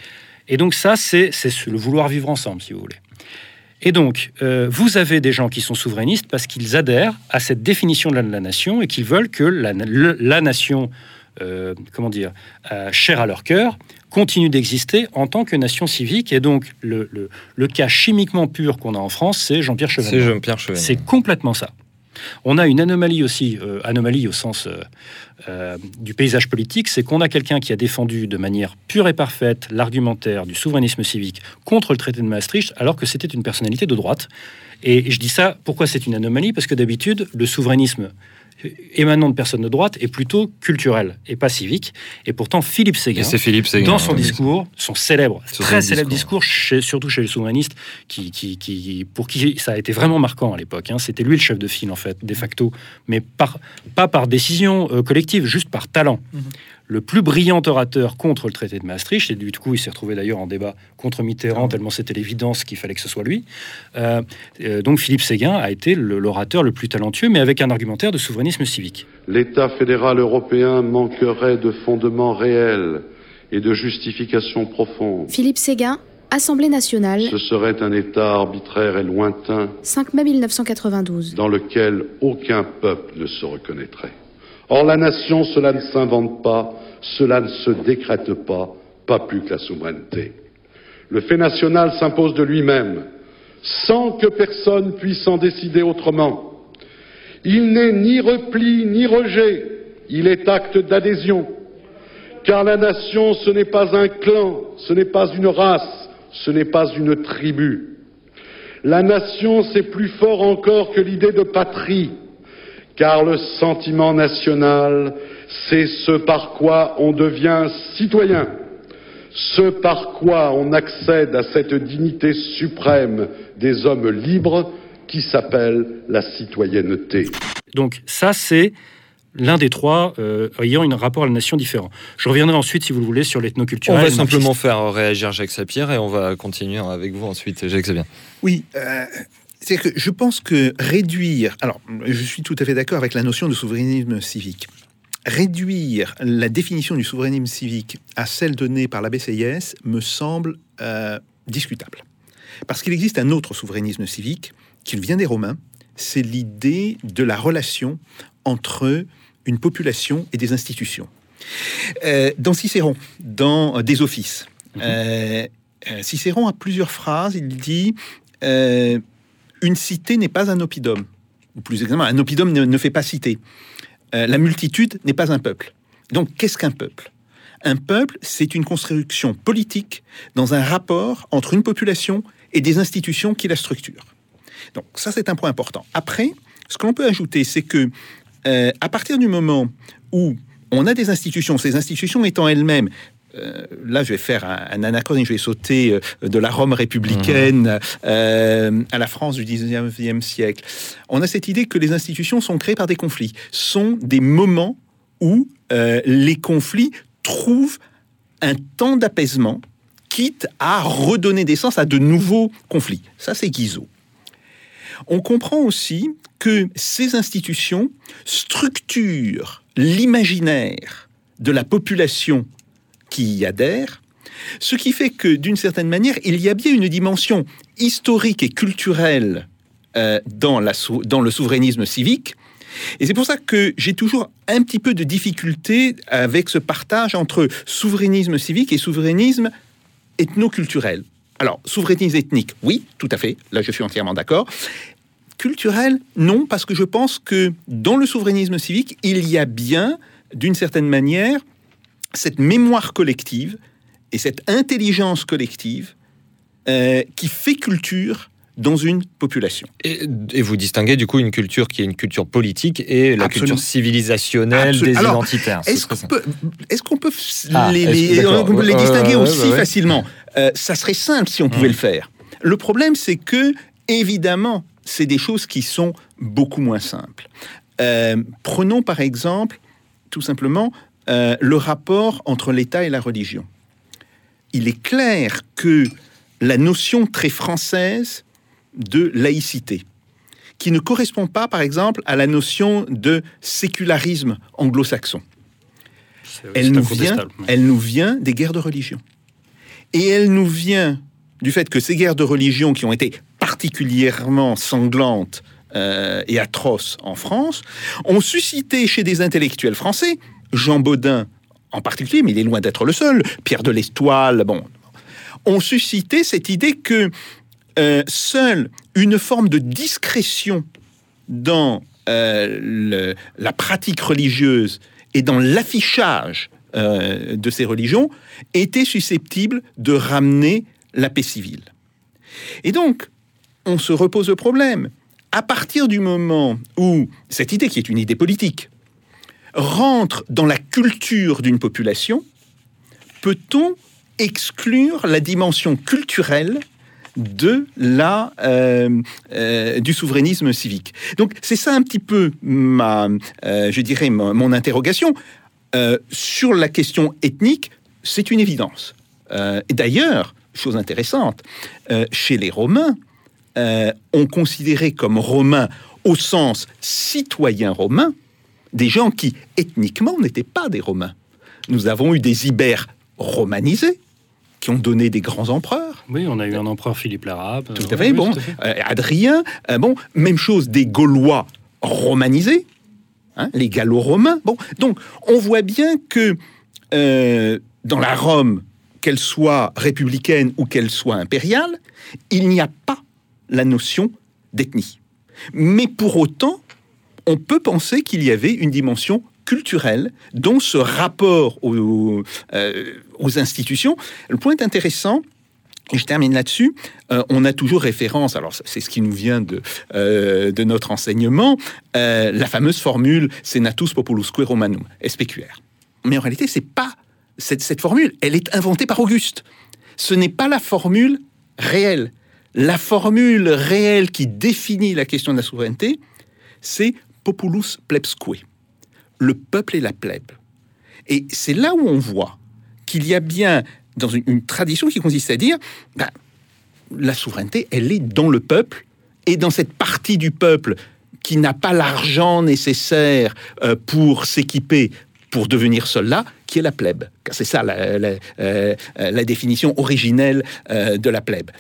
Speaker 3: Et donc ça, c'est, c'est le vouloir vivre ensemble, si vous voulez. Et donc, euh, vous avez des gens qui sont souverainistes parce qu'ils adhèrent à cette définition de la, de la nation et qu'ils veulent que la, le, la nation, euh, comment dire, euh, chère à leur cœur, continue d'exister en tant que nation civique. Et donc, le, le, le cas chimiquement pur qu'on a en France, c'est Jean-Pierre Chevènement.
Speaker 7: C'est Jean-Pierre Chevènement.
Speaker 3: C'est complètement ça. On a une anomalie aussi, euh, anomalie au sens euh, euh, du paysage politique, c'est qu'on a quelqu'un qui a défendu de manière pure et parfaite l'argumentaire du souverainisme civique contre le traité de Maastricht, alors que c'était une personnalité de droite. Et je dis ça, pourquoi c'est une anomalie ? Parce que d'habitude, le souverainisme émanant de personnes de droite est plutôt culturel et pas civique. Et pourtant, Philippe Séguin,
Speaker 7: c'est Philippe Séguin
Speaker 3: dans son discours, son célèbre,
Speaker 7: Sur
Speaker 3: très
Speaker 7: son
Speaker 3: célèbre
Speaker 7: discours,
Speaker 3: discours, chez, surtout chez les souverainistes, qui, qui, qui, pour qui ça a été vraiment marquant à l'époque. Hein. C'était lui le chef de file, en fait, de facto, mais par, pas par décision euh, collective, juste par talent. Mm-hmm. Le plus brillant orateur contre le traité de Maastricht, et du coup, il s'est retrouvé d'ailleurs en débat contre Mitterrand, tellement c'était l'évidence qu'il fallait que ce soit lui. Euh, euh, donc Philippe Séguin a été le, l'orateur le plus talentueux, mais avec un argumentaire de souverainisme civique.
Speaker 11: L'État fédéral européen manquerait de fondements réels et de justifications profondes.
Speaker 10: Philippe Séguin, Assemblée nationale.
Speaker 11: Ce serait un État arbitraire et lointain,
Speaker 10: cinq mai mille neuf cent quatre-vingt-douze,
Speaker 11: dans lequel aucun peuple ne se reconnaîtrait. Or, la nation, cela ne s'invente pas, cela ne se décrète pas, pas plus que la souveraineté. Le fait national s'impose de lui-même, sans que personne puisse en décider autrement. Il n'est ni repli ni rejet, il est acte d'adhésion. Car la nation, ce n'est pas un clan, ce n'est pas une race, ce n'est pas une tribu. La nation, c'est plus fort encore que l'idée de patrie. Car le sentiment national, c'est ce par quoi on devient citoyen, ce par quoi on accède à cette dignité suprême des hommes libres qui s'appelle la citoyenneté.
Speaker 3: Donc ça, c'est l'un des trois euh, ayant un rapport à la nation différent. Je reviendrai ensuite, si vous le voulez, sur l'ethnoculturel.
Speaker 7: On va simplement faire réagir Jacques Sapir et on va continuer avec vous ensuite, Jacques Sapir.
Speaker 8: Oui, euh... c'est-à-dire que je pense que réduire... Alors, je suis tout à fait d'accord avec la notion de souverainisme civique. Réduire la définition du souverainisme civique à celle donnée par la B C I S me semble euh, discutable. Parce qu'il existe un autre souverainisme civique qui vient des Romains. C'est l'idée de la relation entre une population et des institutions. Euh, dans Cicéron, dans Des Offices, mmh. euh, Cicéron a plusieurs phrases. Il dit... Euh, Une cité n'est pas un oppidum. Ou plus exactement, un oppidum ne, ne fait pas cité. Euh, la multitude n'est pas un peuple. Donc, qu'est-ce qu'un peuple ? Un peuple, c'est une construction politique dans un rapport entre une population et des institutions qui la structurent. Donc, ça, c'est un point important. Après, ce que l'on peut ajouter, c'est que euh, à partir du moment où on a des institutions, ces institutions étant elles-mêmes Euh, là, je vais faire un, un anachronisme, je vais sauter euh, de la Rome républicaine mmh. euh, à la France du dix-neuvième siècle. On a cette idée que les institutions sont créées par des conflits, sont des moments où euh, les conflits trouvent un temps d'apaisement, quitte à redonner naissance à de nouveaux conflits. Ça, c'est Guizot. On comprend aussi que ces institutions structurent l'imaginaire de la population qui y adhèrent, ce qui fait que, d'une certaine manière, il y a bien une dimension historique et culturelle euh, dans, la sou- dans le souverainisme civique. Et c'est pour ça que j'ai toujours un petit peu de difficulté avec ce partage entre souverainisme civique et souverainisme ethno-culturel. Alors, souverainisme ethnique, oui, tout à fait, là je suis entièrement d'accord. Culturel, non, parce que je pense que dans le souverainisme civique, il y a bien, d'une certaine manière, cette mémoire collective et cette intelligence collective euh, qui fait culture dans une population.
Speaker 7: Et, et vous distinguez du coup une culture qui est une culture politique et la Absolument. culture civilisationnelle Absolument. des Alors, identitaires.
Speaker 8: Est-ce qu'on, peut, est-ce qu'on peut ah, les, les, les, les distinguer euh, aussi ouais, ouais. facilement euh, Ça serait simple si on pouvait mmh. le faire. Le problème, c'est que, évidemment, c'est des choses qui sont beaucoup moins simples. Euh, prenons par exemple, tout simplement, Euh, le rapport entre l'État et la religion. Il est clair que la notion très française de laïcité, qui ne correspond pas, par exemple, à la notion de sécularisme anglo-saxon, c'est, elle, c'est nous vient, mais... elle nous vient des guerres de religion. Et elle nous vient du fait que ces guerres de religion, qui ont été particulièrement sanglantes euh, et atroces en France, ont suscité chez des intellectuels français, Jean Bodin en particulier, mais il est loin d'être le seul, Pierre de l'Estoile, bon, ont suscité cette idée que euh, seule une forme de discrétion dans euh, le, la pratique religieuse et dans l'affichage euh, de ces religions était susceptible de ramener la paix civile. Et donc, on se repose le problème. à partir du moment où cette idée, qui est une idée politique, rentre dans la culture d'une population, peut-on exclure la dimension culturelle de la, euh, euh, du souverainisme civique? Donc c'est ça un petit peu ma, euh, je dirais, ma, mon interrogation. Euh, sur la question ethnique, c'est une évidence. Euh, et d'ailleurs, chose intéressante, euh, chez les Romains, euh, on considérait comme Romains au sens citoyen romain des gens qui, ethniquement, n'étaient pas des Romains. Nous avons eu des Ibères romanisés, qui ont donné des grands empereurs.
Speaker 3: Oui, on a eu un empereur Philippe l'Arabe.
Speaker 8: Tout à
Speaker 3: euh,
Speaker 8: fait,
Speaker 3: oui,
Speaker 8: bon.
Speaker 3: tout à fait.
Speaker 8: Euh, Adrien, euh, bon. Même chose des Gaulois romanisés, hein, les Gallo-romains. Bon, donc, on voit bien que euh, dans la Rome, qu'elle soit républicaine ou qu'elle soit impériale, il n'y a pas la notion d'ethnie. Mais pour autant, on peut penser qu'il y avait une dimension culturelle dont ce rapport aux, euh, aux institutions. Le point est intéressant, et je termine là-dessus, euh, on a toujours référence, alors c'est ce qui nous vient de, euh, de notre enseignement, euh, la fameuse formule « Senatus Populusque Romanum », S P Q R. Mais en réalité, c'est pas cette, cette formule, elle est inventée par Auguste. Ce n'est pas la formule réelle. La formule réelle qui définit la question de la souveraineté, c'est « Populus plebsque », le peuple et la plèbe. Et c'est là où on voit qu'il y a bien dans une, une tradition qui consiste à dire ben, la souveraineté, elle est dans le peuple et dans cette partie du peuple qui n'a pas l'argent nécessaire euh, pour s'équiper, pour devenir soldat, qui est la plèbe. Car c'est ça la, la, euh, la définition originelle euh, de la plèbe.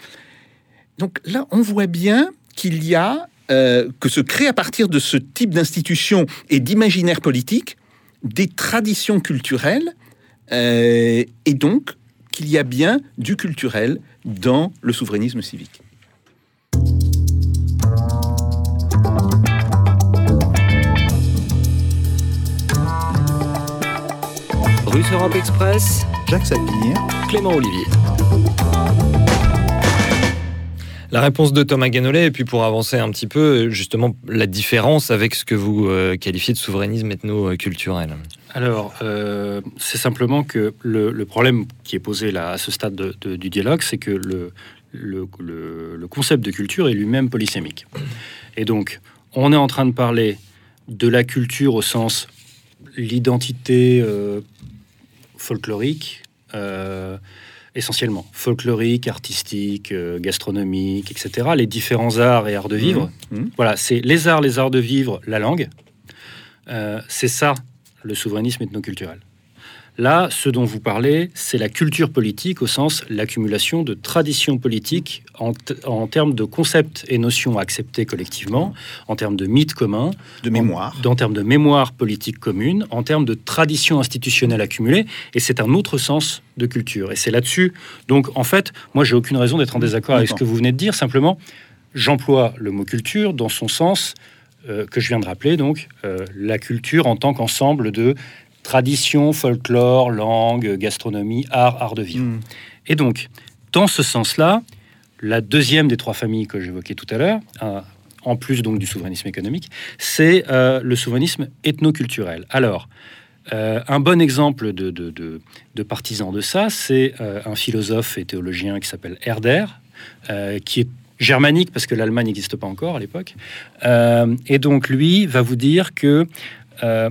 Speaker 8: Donc là, on voit bien qu'il y a Euh, que se crée à partir de ce type d'institution et d'imaginaire politique des traditions culturelles euh, et donc qu'il y a bien du culturel dans le souverainisme civique.
Speaker 7: Russe Europe Express,
Speaker 8: Jacques Sapir,
Speaker 7: Clément Olivier. La réponse de Thomas Ganollet, et puis pour avancer un petit peu, justement, la différence avec ce que vous euh, qualifiez de souverainisme ethno-culturel.
Speaker 3: Alors, euh, c'est simplement que le, le problème qui est posé là, à ce stade de, de, du dialogue, c'est que le, le, le, le concept de culture est lui-même polysémique. Et donc, on est en train de parler de la culture au sens l'identité euh, folklorique, euh, essentiellement folklorique, artistique, euh, gastronomique, et cetera. Les différents arts et arts de vivre. Mmh. Mmh. Voilà, c'est les arts, les arts de vivre, la langue. Euh, c'est ça, le souverainisme ethnoculturel. Là, ce dont vous parlez, c'est la culture politique au sens l'accumulation de traditions politiques en, t- en termes de concepts et notions acceptés collectivement, en termes de mythes communs,
Speaker 8: de mémoire,
Speaker 3: en, en termes de mémoire politique commune, en termes de traditions institutionnelles accumulées. Et c'est un autre sens de culture. Et c'est là-dessus. Donc, en fait, moi, j'ai aucune raison d'être en désaccord avec ce que vous venez de dire. Simplement, j'emploie le mot culture dans son sens euh, que je viens de rappeler. Donc, euh, la culture en tant qu'ensemble de tradition, folklore, langue, gastronomie, art, art de vivre. Mmh. Et donc, dans ce sens-là, la deuxième des trois familles que j'évoquais tout à l'heure, euh, en plus donc du souverainisme économique, c'est euh, le souverainisme ethnoculturel. Alors, euh, un bon exemple de, de, de, de partisan de ça, c'est euh, un philosophe et théologien qui s'appelle Herder, euh, qui est germanique, parce que l'Allemagne n'existe pas encore à l'époque. Euh, et donc, lui va vous dire que euh,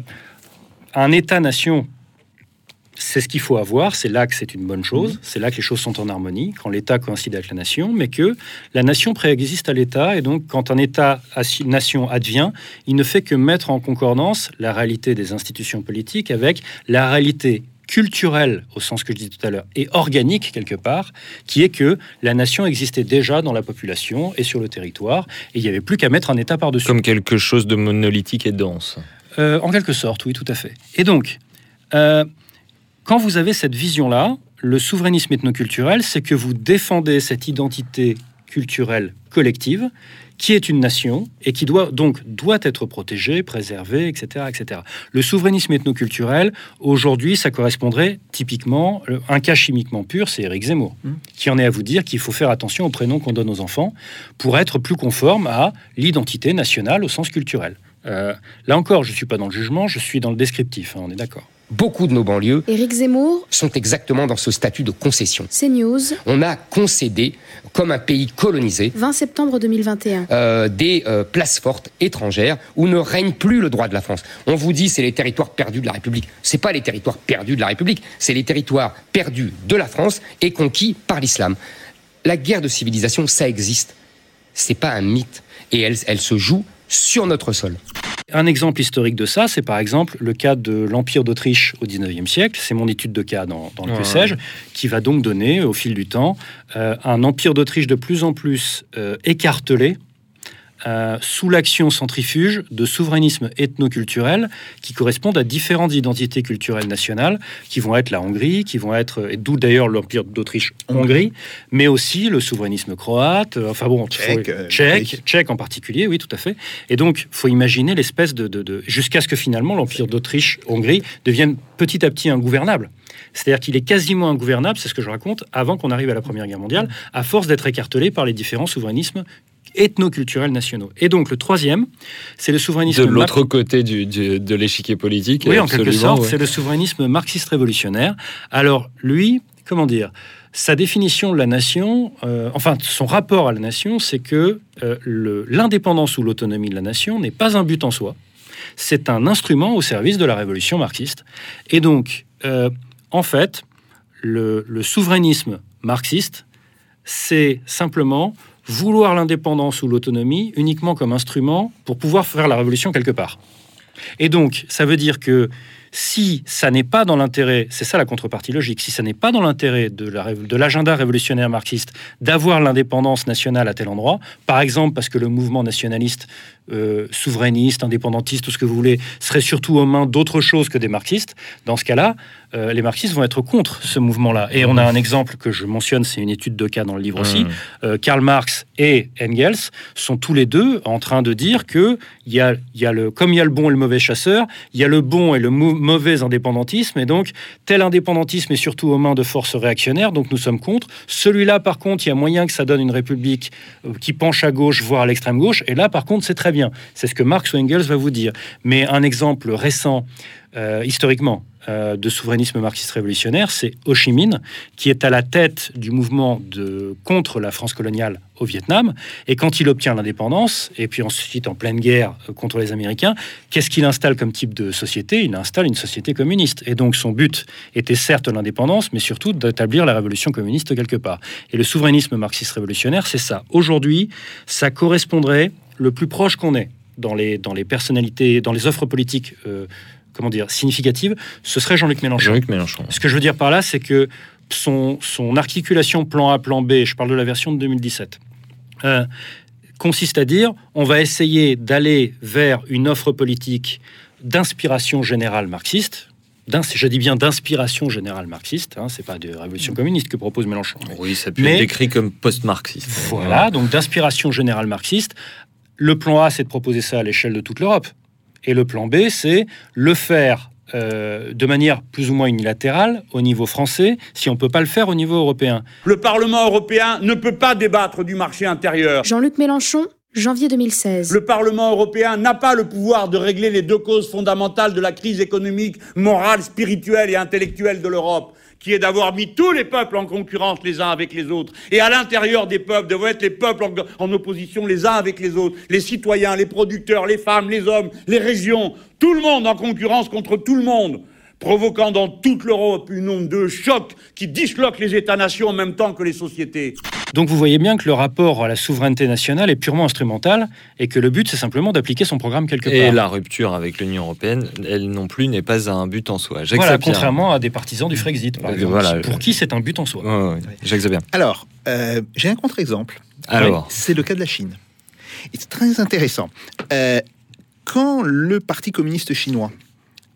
Speaker 3: un État-nation, c'est ce qu'il faut avoir, c'est là que c'est une bonne chose, c'est là que les choses sont en harmonie, quand l'État coïncide avec la nation, mais que la nation préexiste à l'État, et donc quand un État-nation advient, il ne fait que mettre en concordance la réalité des institutions politiques avec la réalité culturelle, au sens que je disais tout à l'heure, et organique quelque part, qui est que la nation existait déjà dans la population et sur le territoire, et il n'y avait plus qu'à mettre un État par-dessus.
Speaker 7: Comme quelque chose de monolithique et dense.
Speaker 3: Euh, en quelque sorte, oui, tout à fait. Et donc, euh, quand vous avez cette vision-là, le souverainisme ethnoculturel, c'est que vous défendez cette identité culturelle collective, qui est une nation et qui doit donc doit être protégée, préservée, et cetera, et cetera. Le souverainisme ethnoculturel, aujourd'hui, ça correspondrait typiquement, un cas chimiquement pur, c'est Éric Zemmour, mmh. qui en est à vous dire qu'il faut faire attention aux prénoms qu'on donne aux enfants pour être plus conforme à l'identité nationale au sens culturel. Euh, là encore, je ne suis pas dans le jugement, je suis dans le descriptif, hein, on est d'accord.
Speaker 6: Beaucoup de nos banlieues
Speaker 10: Éric Zemmour
Speaker 6: sont exactement dans ce statut de concession.
Speaker 10: CNews.
Speaker 6: On a concédé, comme un pays colonisé,
Speaker 10: vingt septembre deux mille vingt et un,
Speaker 6: euh, des euh, places fortes étrangères où ne règne plus le droit de la France. On vous dit c'est les territoires perdus de la République. C'est pas les territoires perdus de la République, c'est les territoires perdus de la France et conquis par l'islam. La guerre de civilisation, ça existe. C'est pas un mythe. Et elle, elle se joue sur notre sol.
Speaker 3: Un exemple historique de ça, c'est par exemple le cas de l'Empire d'Autriche au dix-neuvième siècle. C'est mon étude de cas dans, dans le que sais-je, qui va donc donner, au fil du temps, euh, un Empire d'Autriche de plus en plus euh, écartelé, Euh, sous l'action centrifuge de souverainisme ethnoculturel qui correspondent à différentes identités culturelles nationales, qui vont être la Hongrie, qui vont être, et d'où d'ailleurs l'Empire d'Autriche-Hongrie, mais aussi le souverainisme croate, euh, enfin bon, tchèque, faut, euh, tchèque, oui. tchèque en particulier, oui, tout à fait. Et donc, faut imaginer l'espèce de, de, de jusqu'à ce que finalement l'Empire d'Autriche-Hongrie devienne petit à petit ingouvernable. C'est-à-dire qu'il est quasiment ingouvernable, c'est ce que je raconte, avant qu'on arrive à la Première Guerre mondiale, à force d'être écartelé par les différents souverainismes ethnoculturels nationaux. Et donc le troisième, c'est le souverainisme...
Speaker 7: De l'autre côté du, du, de l'échiquier politique.
Speaker 3: Oui, en quelque sorte,
Speaker 7: ouais.
Speaker 3: c'est le souverainisme marxiste-révolutionnaire. Alors lui, comment dire, sa définition de la nation, euh, enfin son rapport à la nation, c'est que euh, le, l'indépendance ou l'autonomie de la nation n'est pas un but en soi, c'est un instrument au service de la révolution marxiste. Et donc, euh, en fait, le, le souverainisme marxiste, c'est simplement vouloir l'indépendance ou l'autonomie uniquement comme instrument pour pouvoir faire la révolution quelque part. Et donc, ça veut dire que si ça n'est pas dans l'intérêt, c'est ça la contrepartie logique, si ça n'est pas dans l'intérêt de, la, de l'agenda révolutionnaire marxiste d'avoir l'indépendance nationale à tel endroit, par exemple parce que le mouvement nationaliste, euh, souverainiste, indépendantiste, tout ce que vous voulez, serait surtout aux mains d'autre chose que des marxistes, dans ce cas-là, euh, les marxistes vont être contre ce mouvement-là. Et on a un exemple que je mentionne, c'est une étude de cas dans le livre mmh. aussi. Euh, Karl Marx et Engels sont tous les deux en train de dire que il y a, il y a le, comme il y a le bon et le mauvais chasseur, il y a le bon et le mou- mauvais indépendantisme, et donc tel indépendantisme est surtout aux mains de forces réactionnaires, donc nous sommes contre. Celui-là, par contre, il y a moyen que ça donne une république euh, qui penche à gauche, voire à l'extrême gauche, et là, par contre, c'est très bien. C'est ce que Marx ou Engels va vous dire. Mais un exemple récent, euh, historiquement, euh, de souverainisme marxiste révolutionnaire, c'est Ho Chi Minh, qui est à la tête du mouvement de, contre la France coloniale au Vietnam. Et quand il obtient l'indépendance, et puis ensuite en pleine guerre contre les Américains, qu'est-ce qu'il installe comme type de société ? Il installe une société communiste. Et donc son but était certes l'indépendance, mais surtout d'établir la révolution communiste quelque part. Et le souverainisme marxiste révolutionnaire, c'est ça. Aujourd'hui, ça correspondrait le plus proche qu'on est dans les, dans les personnalités, dans les offres politiques euh, comment dire, significatives, ce serait Jean-Luc Mélenchon.
Speaker 7: Jean-Luc Mélenchon.
Speaker 3: Ce que je veux dire par là, c'est que son, son articulation plan A, plan B, je parle de la version de deux mille dix-sept, euh, consiste à dire on va essayer d'aller vers une offre politique d'inspiration générale marxiste. Je dis bien d'inspiration générale marxiste, hein, c'est pas de révolution communiste que propose Mélenchon.
Speaker 7: Oui, ça peut être décrit comme post-marxiste.
Speaker 3: Voilà, donc d'inspiration générale marxiste. Le plan A, c'est de proposer ça à l'échelle de toute l'Europe. Et le plan B, c'est le faire euh, de manière plus ou moins unilatérale au niveau français, si on ne peut pas le faire au niveau européen.
Speaker 12: Le Parlement européen ne peut pas débattre du marché intérieur.
Speaker 10: Jean-Luc Mélenchon, janvier deux mille seize.
Speaker 12: Le Parlement européen n'a pas le pouvoir de régler les deux causes fondamentales de la crise économique, morale, spirituelle et intellectuelle de l'Europe, qui est d'avoir mis tous les peuples en concurrence les uns avec les autres. Et à l'intérieur des peuples, devaient être les peuples en, en opposition les uns avec les autres. Les citoyens, les producteurs, les femmes, les hommes, les régions. Tout le monde en concurrence contre tout le monde, provoquant dans toute l'Europe une onde de choc qui disloque les États-nations en même temps que les sociétés.
Speaker 3: Donc vous voyez bien que le rapport à la souveraineté nationale est purement instrumental et que le but, c'est simplement d'appliquer son programme quelque part.
Speaker 7: Et la rupture avec l'Union européenne, elle non plus, n'est pas un but en soi. J'accepte
Speaker 3: voilà,
Speaker 7: bien.
Speaker 3: Contrairement à des partisans du Frexit, par exemple, voilà, pour je... qui c'est un but en soi.
Speaker 7: Ouais, ouais, j'accepte bien.
Speaker 8: Alors, euh, j'ai un contre-exemple.
Speaker 7: Alors,
Speaker 8: c'est le cas de la Chine. Et c'est très intéressant. Euh, quand le Parti communiste chinois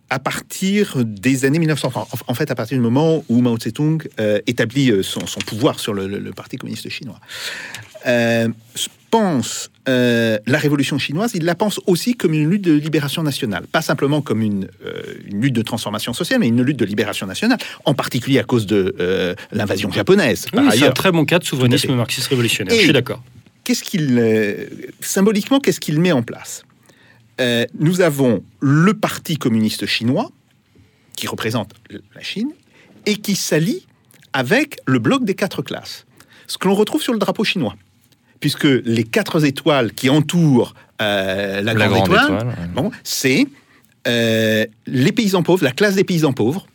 Speaker 8: à partir des années mille neuf cent trente. En fait, à partir du moment où Mao Tse-tung euh, établit son, son pouvoir sur le, le, le Parti communiste chinois. Euh, pense euh, la révolution chinoise, il la pense aussi comme une lutte de libération nationale. Pas simplement comme une, euh, une lutte de transformation sociale, mais une lutte de libération nationale, en particulier à cause de euh, l'invasion japonaise.
Speaker 3: Oui, c'est un très bon cas de souverainisme marxiste révolutionnaire,
Speaker 8: Et
Speaker 3: je suis d'accord.
Speaker 8: Qu'est-ce qu'il, euh, symboliquement, qu'est-ce qu'il met en place ? Euh, nous avons le Parti communiste chinois, qui représente la Chine, et qui s'allie avec le bloc des quatre classes. Ce que l'on retrouve sur le drapeau chinois. Puisque les quatre étoiles qui entourent euh, la, la grande, grande étoile, étoile ouais. bon, c'est euh, les paysans pauvres, la classe des paysans pauvres,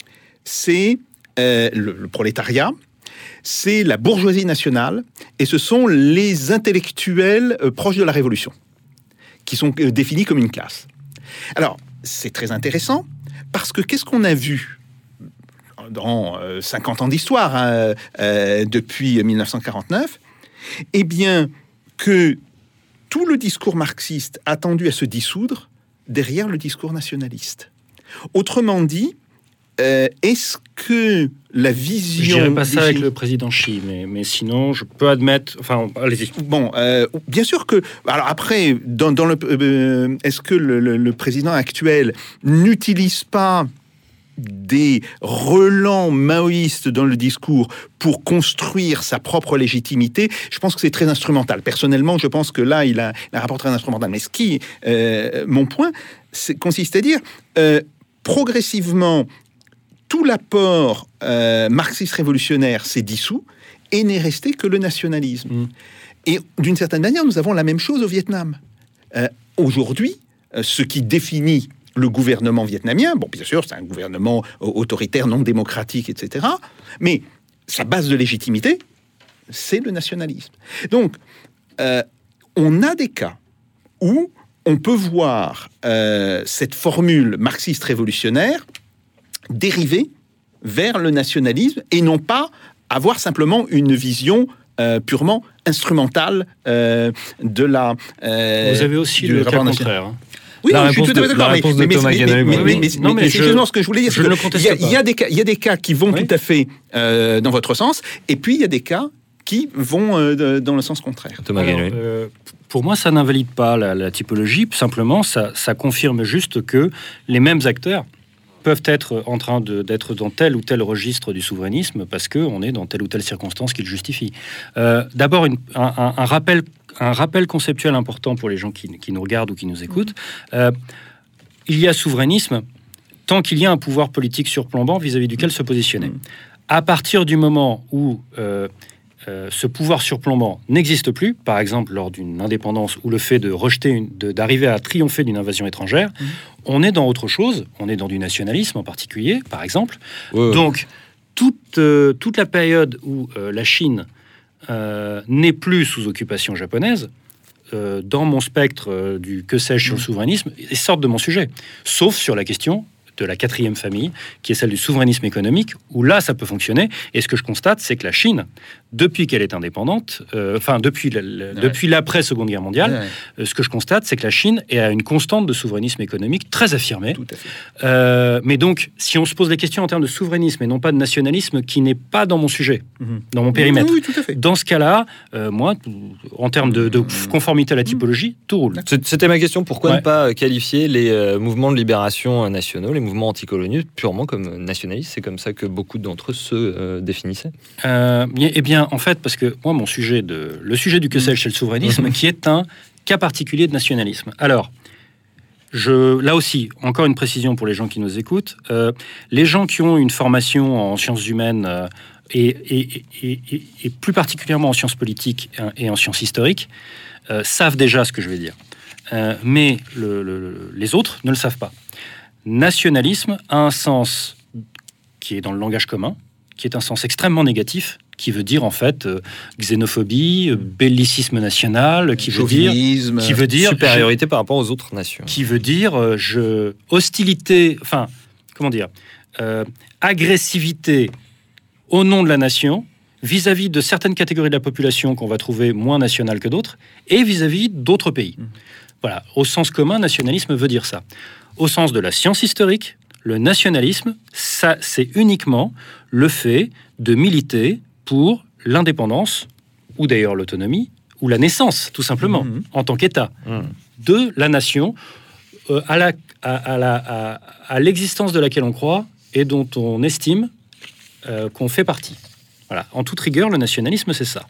Speaker 8: c'est euh, le, le prolétariat, c'est la bourgeoisie nationale, et ce sont les intellectuels euh, proches de la Révolution, qui sont euh, définis comme une classe. Alors, c'est très intéressant, parce que qu'est-ce qu'on a vu dans euh, cinquante ans d'histoire, hein, euh, depuis mille neuf cent quarante-neuf, eh bien, que tout le discours marxiste a tendu à se dissoudre derrière le discours nationaliste. Autrement dit, euh, est-ce que la vision...
Speaker 3: Je dirais pas ça avec le président Xi, mais, mais sinon, je peux admettre... Enfin, allez-y.
Speaker 8: Bon, euh, bien sûr que... Alors après, dans, dans le, euh, est-ce que le, le, le président actuel n'utilise pas des relents maoïstes dans le discours pour construire sa propre légitimité? Je pense que c'est très instrumental. Personnellement, je pense que là, il a, il a un rapport très instrumental. Mais ce qui, euh, mon point, c'est, consiste à dire, euh, progressivement, tout l'apport euh, marxiste révolutionnaire s'est dissous et n'est resté que le nationalisme. Mmh. Et d'une certaine manière, nous avons la même chose au Vietnam. Euh, aujourd'hui, euh, ce qui définit le gouvernement vietnamien, bon, bien sûr, c'est un gouvernement autoritaire, non démocratique, et cetera. Mais sa base de légitimité, c'est le nationalisme. Donc, euh, on a des cas où on peut voir euh, cette formule marxiste révolutionnaire dériver vers le nationalisme et non pas avoir simplement une vision euh, purement instrumentale euh, de la...
Speaker 3: Euh, Vous avez aussi le cas contraire, hein.
Speaker 8: Oui, non, je suis tout à fait d'accord. Mais, mais, mais, mais, mais, mais, mais, non, mais, mais c'est justement ce que je voulais dire. Il y, y, y a des cas, il y a des cas qui vont oui. tout à fait euh, dans votre sens, et puis il y a des cas qui vont euh, dans le sens contraire.
Speaker 3: Alors, euh, pour moi, ça n'invalide pas la, la typologie. Simplement, ça, ça confirme juste que les mêmes acteurs peuvent être en train de, d'être dans tel ou tel registre du souverainisme parce qu'on est dans telle ou telle circonstance qui le justifie. Euh, d'abord, une, un, un, un rappel un rappel conceptuel important pour les gens qui, qui nous regardent ou qui nous écoutent. Euh, il y a souverainisme tant qu'il y a un pouvoir politique surplombant vis-à-vis duquel se positionner. À partir du moment où euh, euh, ce pouvoir surplombant n'existe plus, par exemple lors d'une indépendance ou le fait de rejeter, une, de, d'arriver à triompher d'une invasion étrangère, mmh. on est dans autre chose, on est dans du nationalisme en particulier, par exemple. Ouais. Donc, toute, euh, toute la période où euh, la Chine Euh, n'est plus sous occupation japonaise, euh, dans mon spectre euh, du que sais-je sur le souverainisme, ils sortent de mon sujet. Sauf sur la question de la quatrième famille, qui est celle du souverainisme économique, où là, ça peut fonctionner. Et ce que je constate, c'est que la Chine, depuis qu'elle est indépendante, euh, enfin, depuis, la, la, ouais. depuis l'après-Seconde Guerre mondiale, ouais, ouais. Euh, ce que je constate, c'est que la Chine est à une constante de souverainisme économique très affirmée.
Speaker 8: Tout à fait.
Speaker 3: Euh, mais donc, si on se pose des questions en termes de souverainisme et non pas de nationalisme, qui n'est pas dans mon sujet, mmh. dans mon périmètre,
Speaker 8: oui, oui, tout à fait.
Speaker 3: Dans ce cas-là, euh, moi, en termes de, de conformité à la typologie, tout roule.
Speaker 7: C'était ma question. Pourquoi ouais. ne pas qualifier les euh, mouvements de libération nationaux, les mouvements anticoloniaux, purement comme nationalistes? C'est comme ça que beaucoup d'entre eux se euh, définissaient.
Speaker 3: Euh, eh bien, en fait, parce que moi, mon sujet, de, le sujet du que sais-je, c'est le souverainisme, qui est un cas particulier de nationalisme. Alors, je, là aussi, encore une précision pour les gens qui nous écoutent, euh, les gens qui ont une formation en sciences humaines euh, et, et, et, et, et plus particulièrement en sciences politiques et en sciences historiques euh, savent déjà ce que je vais dire. Euh, mais le, le, les autres ne le savent pas. Nationalisme a un sens qui est dans le langage commun, qui est un sens extrêmement négatif, qui veut dire en fait euh, xénophobie, euh, bellicisme national, qui veut dire, qui veut dire
Speaker 7: supériorité je, par rapport aux autres nations,
Speaker 3: qui veut dire euh, je hostilité, enfin comment dire, euh, agressivité au nom de la nation vis-à-vis de certaines catégories de la population qu'on va trouver moins nationales que d'autres, et vis-à-vis d'autres pays. Mmh. Voilà, au sens commun, nationalisme veut dire ça. Au sens de la science historique, le nationalisme, ça, c'est uniquement le fait de militer pour l'indépendance, ou d'ailleurs l'autonomie, ou la naissance, tout simplement, mmh. en tant qu'État, mmh. de la nation, euh, à, la, à, à, la, à, à l'existence de laquelle on croit et dont on estime euh, qu'on fait partie. Voilà. En toute rigueur, le nationalisme, c'est ça.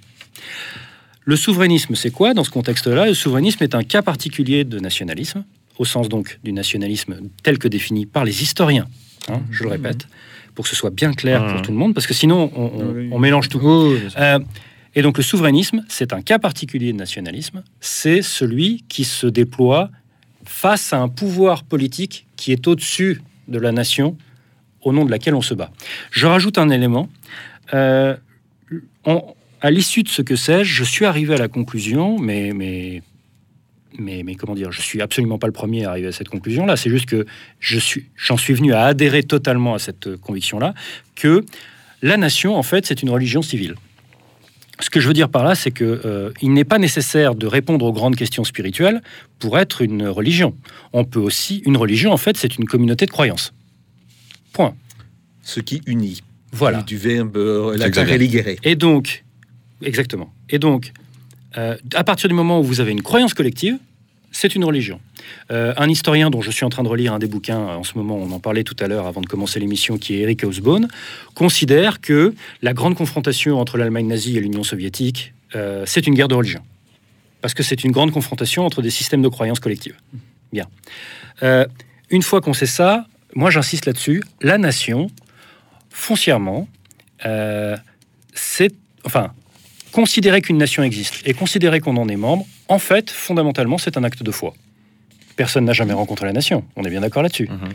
Speaker 3: Le souverainisme, c'est quoi dans ce contexte-là? Le souverainisme est un cas particulier de nationalisme, au sens donc du nationalisme tel que défini par les historiens, hein, mmh. je le répète, pour que ce soit bien clair mmh. pour tout le monde, parce que sinon, on, on, on mélange tout. Oh, euh, et donc, le souverainisme, c'est un cas particulier de nationalisme, c'est celui qui se déploie face à un pouvoir politique qui est au-dessus de la nation au nom de laquelle on se bat. Je rajoute un élément. Euh, on, à l'issue de ce que sais-je, je suis arrivé à la conclusion, mais, mais, mais, mais comment dire, je suis absolument pas le premier à arriver à cette conclusion-là. C'est juste que je suis, j'en suis venu à adhérer totalement à cette conviction-là, que la nation, en fait, c'est une religion civile. Ce que je veux dire par là, c'est qu'il euh, n'est pas nécessaire de répondre aux grandes questions spirituelles pour être une religion. On peut aussi... Une religion, en fait, c'est une communauté de croyances. Point.
Speaker 8: Ce qui unit.
Speaker 3: Voilà.
Speaker 8: Du, du verbe euh, latin religere.
Speaker 3: Et donc... Exactement. Et donc, euh, à partir du moment où vous avez une croyance collective, c'est une religion. Euh, un historien dont je suis en train de relire un des bouquins en ce moment, on en parlait tout à l'heure avant de commencer l'émission, qui est Eric Hobsbawm, considère que la grande confrontation entre l'Allemagne nazie et l'Union soviétique, euh, c'est une guerre de religion. Parce que c'est une grande confrontation entre des systèmes de croyances collectives. Bien. Euh, une fois qu'on sait ça, moi j'insiste là-dessus, la nation, foncièrement, euh, c'est... Enfin, considérer qu'une nation existe et considérer qu'on en est membre, en fait, fondamentalement, c'est un acte de foi. Personne n'a jamais rencontré la nation, on est bien d'accord là-dessus. Mmh.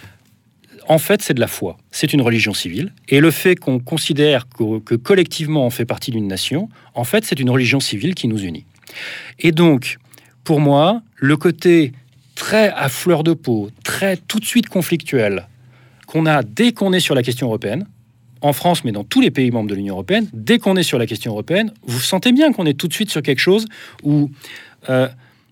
Speaker 3: En fait, c'est de la foi. C'est une religion civile. Et le fait qu'on considère que, que collectivement on fait partie d'une nation, en fait, c'est une religion civile qui nous unit. Et donc, pour moi, le côté très à fleur de peau, très tout de suite conflictuel, qu'on a dès qu'on est sur la question européenne, en France, mais dans tous les pays membres de l'Union européenne, dès qu'on est sur la question européenne, vous sentez bien qu'on est tout de suite sur quelque chose où euh,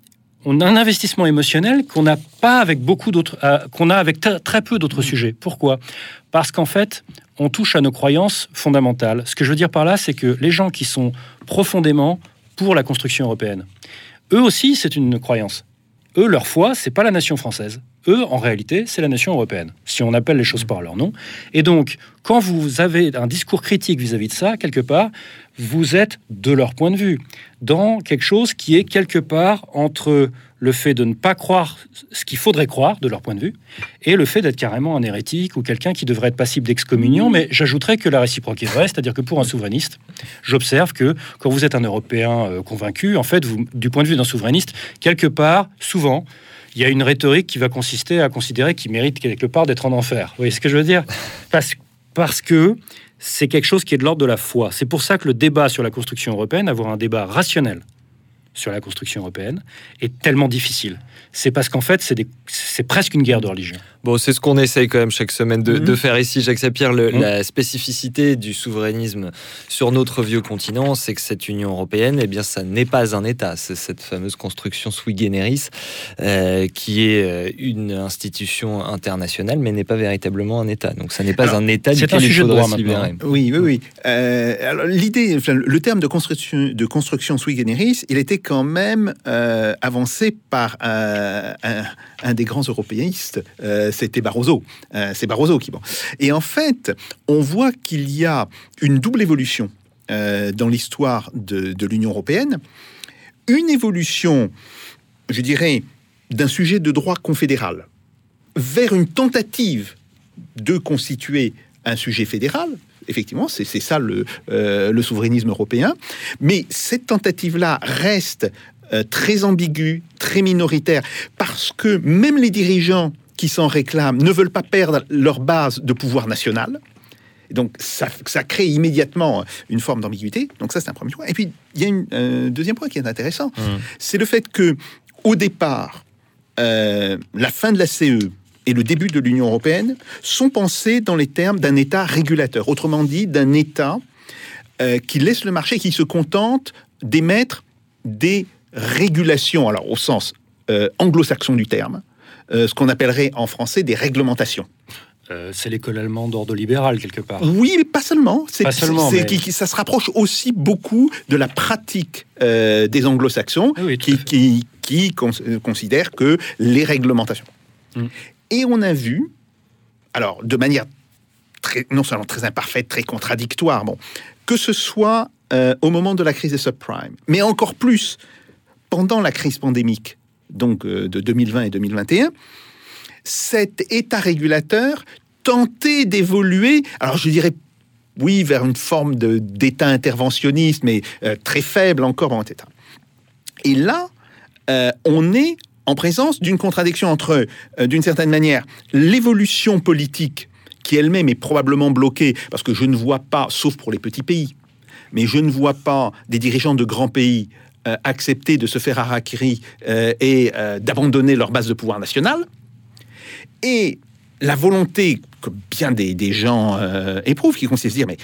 Speaker 3: on a un investissement émotionnel qu'on n'a pas avec beaucoup d'autres, euh, qu'on a avec t- très peu d'autres mmh. sujets. Pourquoi ? Parce qu'en fait, on touche à nos croyances fondamentales. Ce que je veux dire par là, c'est que les gens qui sont profondément pour la construction européenne, eux aussi, c'est une croyance. Eux, leur foi, c'est pas la nation française. Eux, en réalité, c'est la nation européenne, si on appelle les choses par leur nom. Et donc, quand vous avez un discours critique vis-à-vis de ça, quelque part, vous êtes, de leur point de vue, dans quelque chose qui est quelque part entre le fait de ne pas croire ce qu'il faudrait croire, de leur point de vue, et le fait d'être carrément un hérétique ou quelqu'un qui devrait être passible d'excommunion. Mais j'ajouterais que la réciproque est vraie, c'est-à-dire que pour un souverainiste, j'observe que quand vous êtes un Européen euh, convaincu, en fait, vous, du point de vue d'un souverainiste, quelque part, souvent, il y a une rhétorique qui va consister à considérer qu'il mérite quelque part d'être en enfer. Vous voyez ce que je veux dire ? Parce, parce que c'est quelque chose qui est de l'ordre de la foi. C'est pour ça que le débat sur la construction européenne, avoir un débat rationnel sur la construction européenne, est tellement difficile. C'est parce qu'en fait, c'est, des, c'est presque une guerre de religion.
Speaker 7: Bon, c'est ce qu'on essaye quand même chaque semaine de, mmh. de faire ici, Jacques Sapir. Le, mmh. La spécificité du souverainisme sur notre vieux continent, c'est que cette Union européenne, eh bien, ça n'est pas un État. C'est cette fameuse construction sui generis, euh, qui est une institution internationale, mais n'est pas véritablement un État. Donc, ça n'est pas alors, un État duquel il faudrait se libérer.
Speaker 8: Oui, oui, oui. Euh, alors, l'idée, enfin, le terme de construction, de construction sui generis, il était quand même euh, avancé par euh, un, un des grands européistes, euh, c'était Barroso. Euh, c'est Barroso qui... Bon. Et en fait, on voit qu'il y a une double évolution euh, dans l'histoire de, de l'Union européenne. Une évolution, je dirais, d'un sujet de droit confédéral vers une tentative de constituer un sujet fédéral. Effectivement, c'est, c'est ça le, euh, le souverainisme européen. Mais cette tentative-là reste euh, très ambiguë, très minoritaire, parce que même les dirigeants qui s'en réclament ne veulent pas perdre leur base de pouvoir national. Et donc, ça, ça crée immédiatement une forme d'ambiguïté. Donc ça, c'est un premier point. Et puis, il y a un euh, deuxième point qui est intéressant. Mmh. C'est le fait que, au départ, euh, la fin de la C E et le début de l'Union européenne sont pensés dans les termes d'un État régulateur. Autrement dit, d'un État euh, qui laisse le marché, qui se contente d'émettre des régulations, alors au sens euh, anglo-saxon du terme, euh, ce qu'on appellerait en français des réglementations.
Speaker 3: Euh, c'est l'école allemande ordolibérale, quelque part.
Speaker 8: Oui, mais pas seulement. C'est,
Speaker 3: pas seulement
Speaker 8: c'est,
Speaker 3: mais...
Speaker 8: qui, qui, ça se rapproche aussi beaucoup de la pratique euh, des anglo-saxons
Speaker 3: oui,
Speaker 8: qui, qui, qui cons- considèrent que les réglementations. Mm. Et on a vu, alors de manière très, non seulement très imparfaite, très contradictoire, bon, que ce soit euh, au moment de la crise des subprimes, mais encore plus pendant la crise pandémique, donc euh, de deux mille vingt et deux mille vingt et un, cet État régulateur tentait d'évoluer, alors je dirais, oui, vers une forme de, d'État interventionniste, mais euh, très faible encore en État. Et là, euh, on est en présence d'une contradiction entre, euh, d'une certaine manière, l'évolution politique qui elle-même est probablement bloquée, parce que je ne vois pas, sauf pour les petits pays, mais je ne vois pas des dirigeants de grands pays euh, accepter de se faire harakiri euh, et euh, d'abandonner leur base de pouvoir national. Et la volonté que bien des, des gens euh, éprouvent, qui consiste à se dire, mais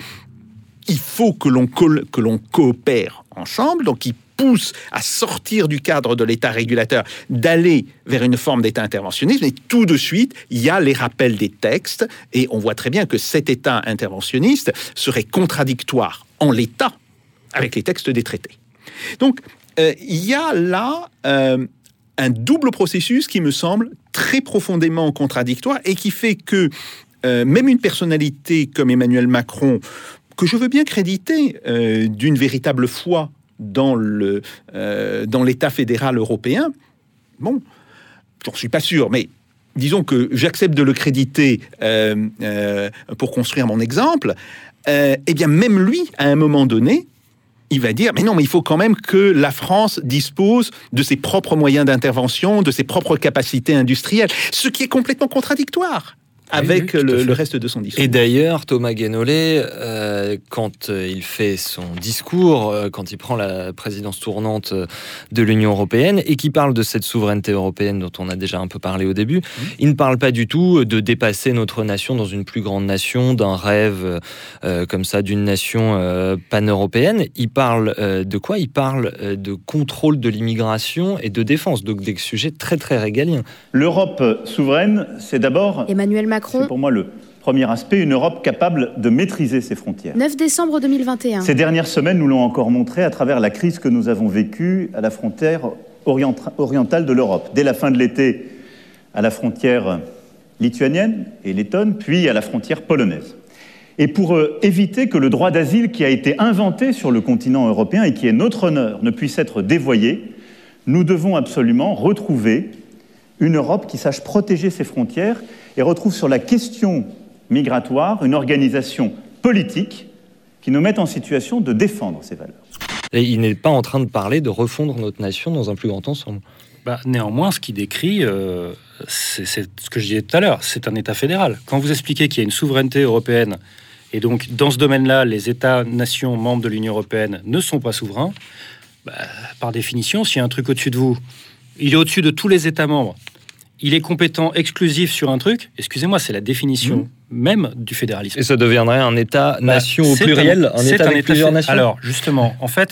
Speaker 8: il faut que l'on, co- que l'on coopère ensemble, donc qui pousse à sortir du cadre de l'État régulateur, d'aller vers une forme d'État interventionniste, et tout de suite, il y a les rappels des textes, et on voit très bien que cet État interventionniste serait contradictoire en l'état avec les textes des traités. Donc, euh, il y a là euh, un double processus qui me semble très profondément contradictoire et qui fait que euh, même une personnalité comme Emmanuel Macron, que je veux bien créditer euh, d'une véritable foi dans, le, euh, dans l'État fédéral européen, bon, j'en suis pas sûr, mais disons que j'accepte de le créditer euh, euh, pour construire mon exemple, euh, eh bien même lui, à un moment donné, il va dire, mais non, mais il faut quand même que la France dispose de ses propres moyens d'intervention, de ses propres capacités industrielles, ce qui est complètement contradictoire avec oui, oui, le, le reste de son discours.
Speaker 7: Et d'ailleurs, Thomas Guénolé, euh, quand euh, il fait son discours, euh, quand il prend la présidence tournante de l'Union européenne et qui parle de cette souveraineté européenne dont on a déjà un peu parlé au début, mmh. il ne parle pas du tout de dépasser notre nation dans une plus grande nation, d'un rêve euh, comme ça d'une nation euh, pan-européenne. Il parle euh, de quoi ? Il parle euh, de contrôle de l'immigration et de défense, donc des sujets très très régaliens.
Speaker 9: L'Europe souveraine, c'est d'abord...
Speaker 10: Emmanuel Macron.
Speaker 9: C'est pour moi le premier aspect, une Europe capable de maîtriser ses frontières.
Speaker 10: neuf décembre deux mille vingt et un.
Speaker 9: Ces dernières semaines nous l'ont encore montré à travers la crise que nous avons vécue à la frontière orient- orientale de l'Europe. Dès la fin de l'été, à la frontière lituanienne et lettonne, puis à la frontière polonaise. Et pour euh, éviter que le droit d'asile qui a été inventé sur le continent européen et qui est notre honneur ne puisse être dévoyé, nous devons absolument retrouver une Europe qui sache protéger ses frontières et retrouve sur la question migratoire une organisation politique qui nous mette en situation de défendre ces valeurs.
Speaker 7: Et il n'est pas en train de parler de refondre notre nation dans un plus grand ensemble.
Speaker 3: Bah, néanmoins, ce qu'il décrit, euh, c'est, c'est ce que je disais tout à l'heure, c'est un État fédéral. Quand vous expliquez qu'il y a une souveraineté européenne, et donc dans ce domaine-là, les États-nations membres de l'Union européenne ne sont pas souverains, bah, par définition, s'il y a un truc au-dessus de vous, il est au-dessus de tous les États membres, il est compétent exclusif sur un truc, excusez-moi, c'est la définition mmh. même du fédéralisme.
Speaker 7: Et ça deviendrait un État-nation bah, au pluriel, un, un État avec un plusieurs nations.
Speaker 3: Alors, justement, en fait,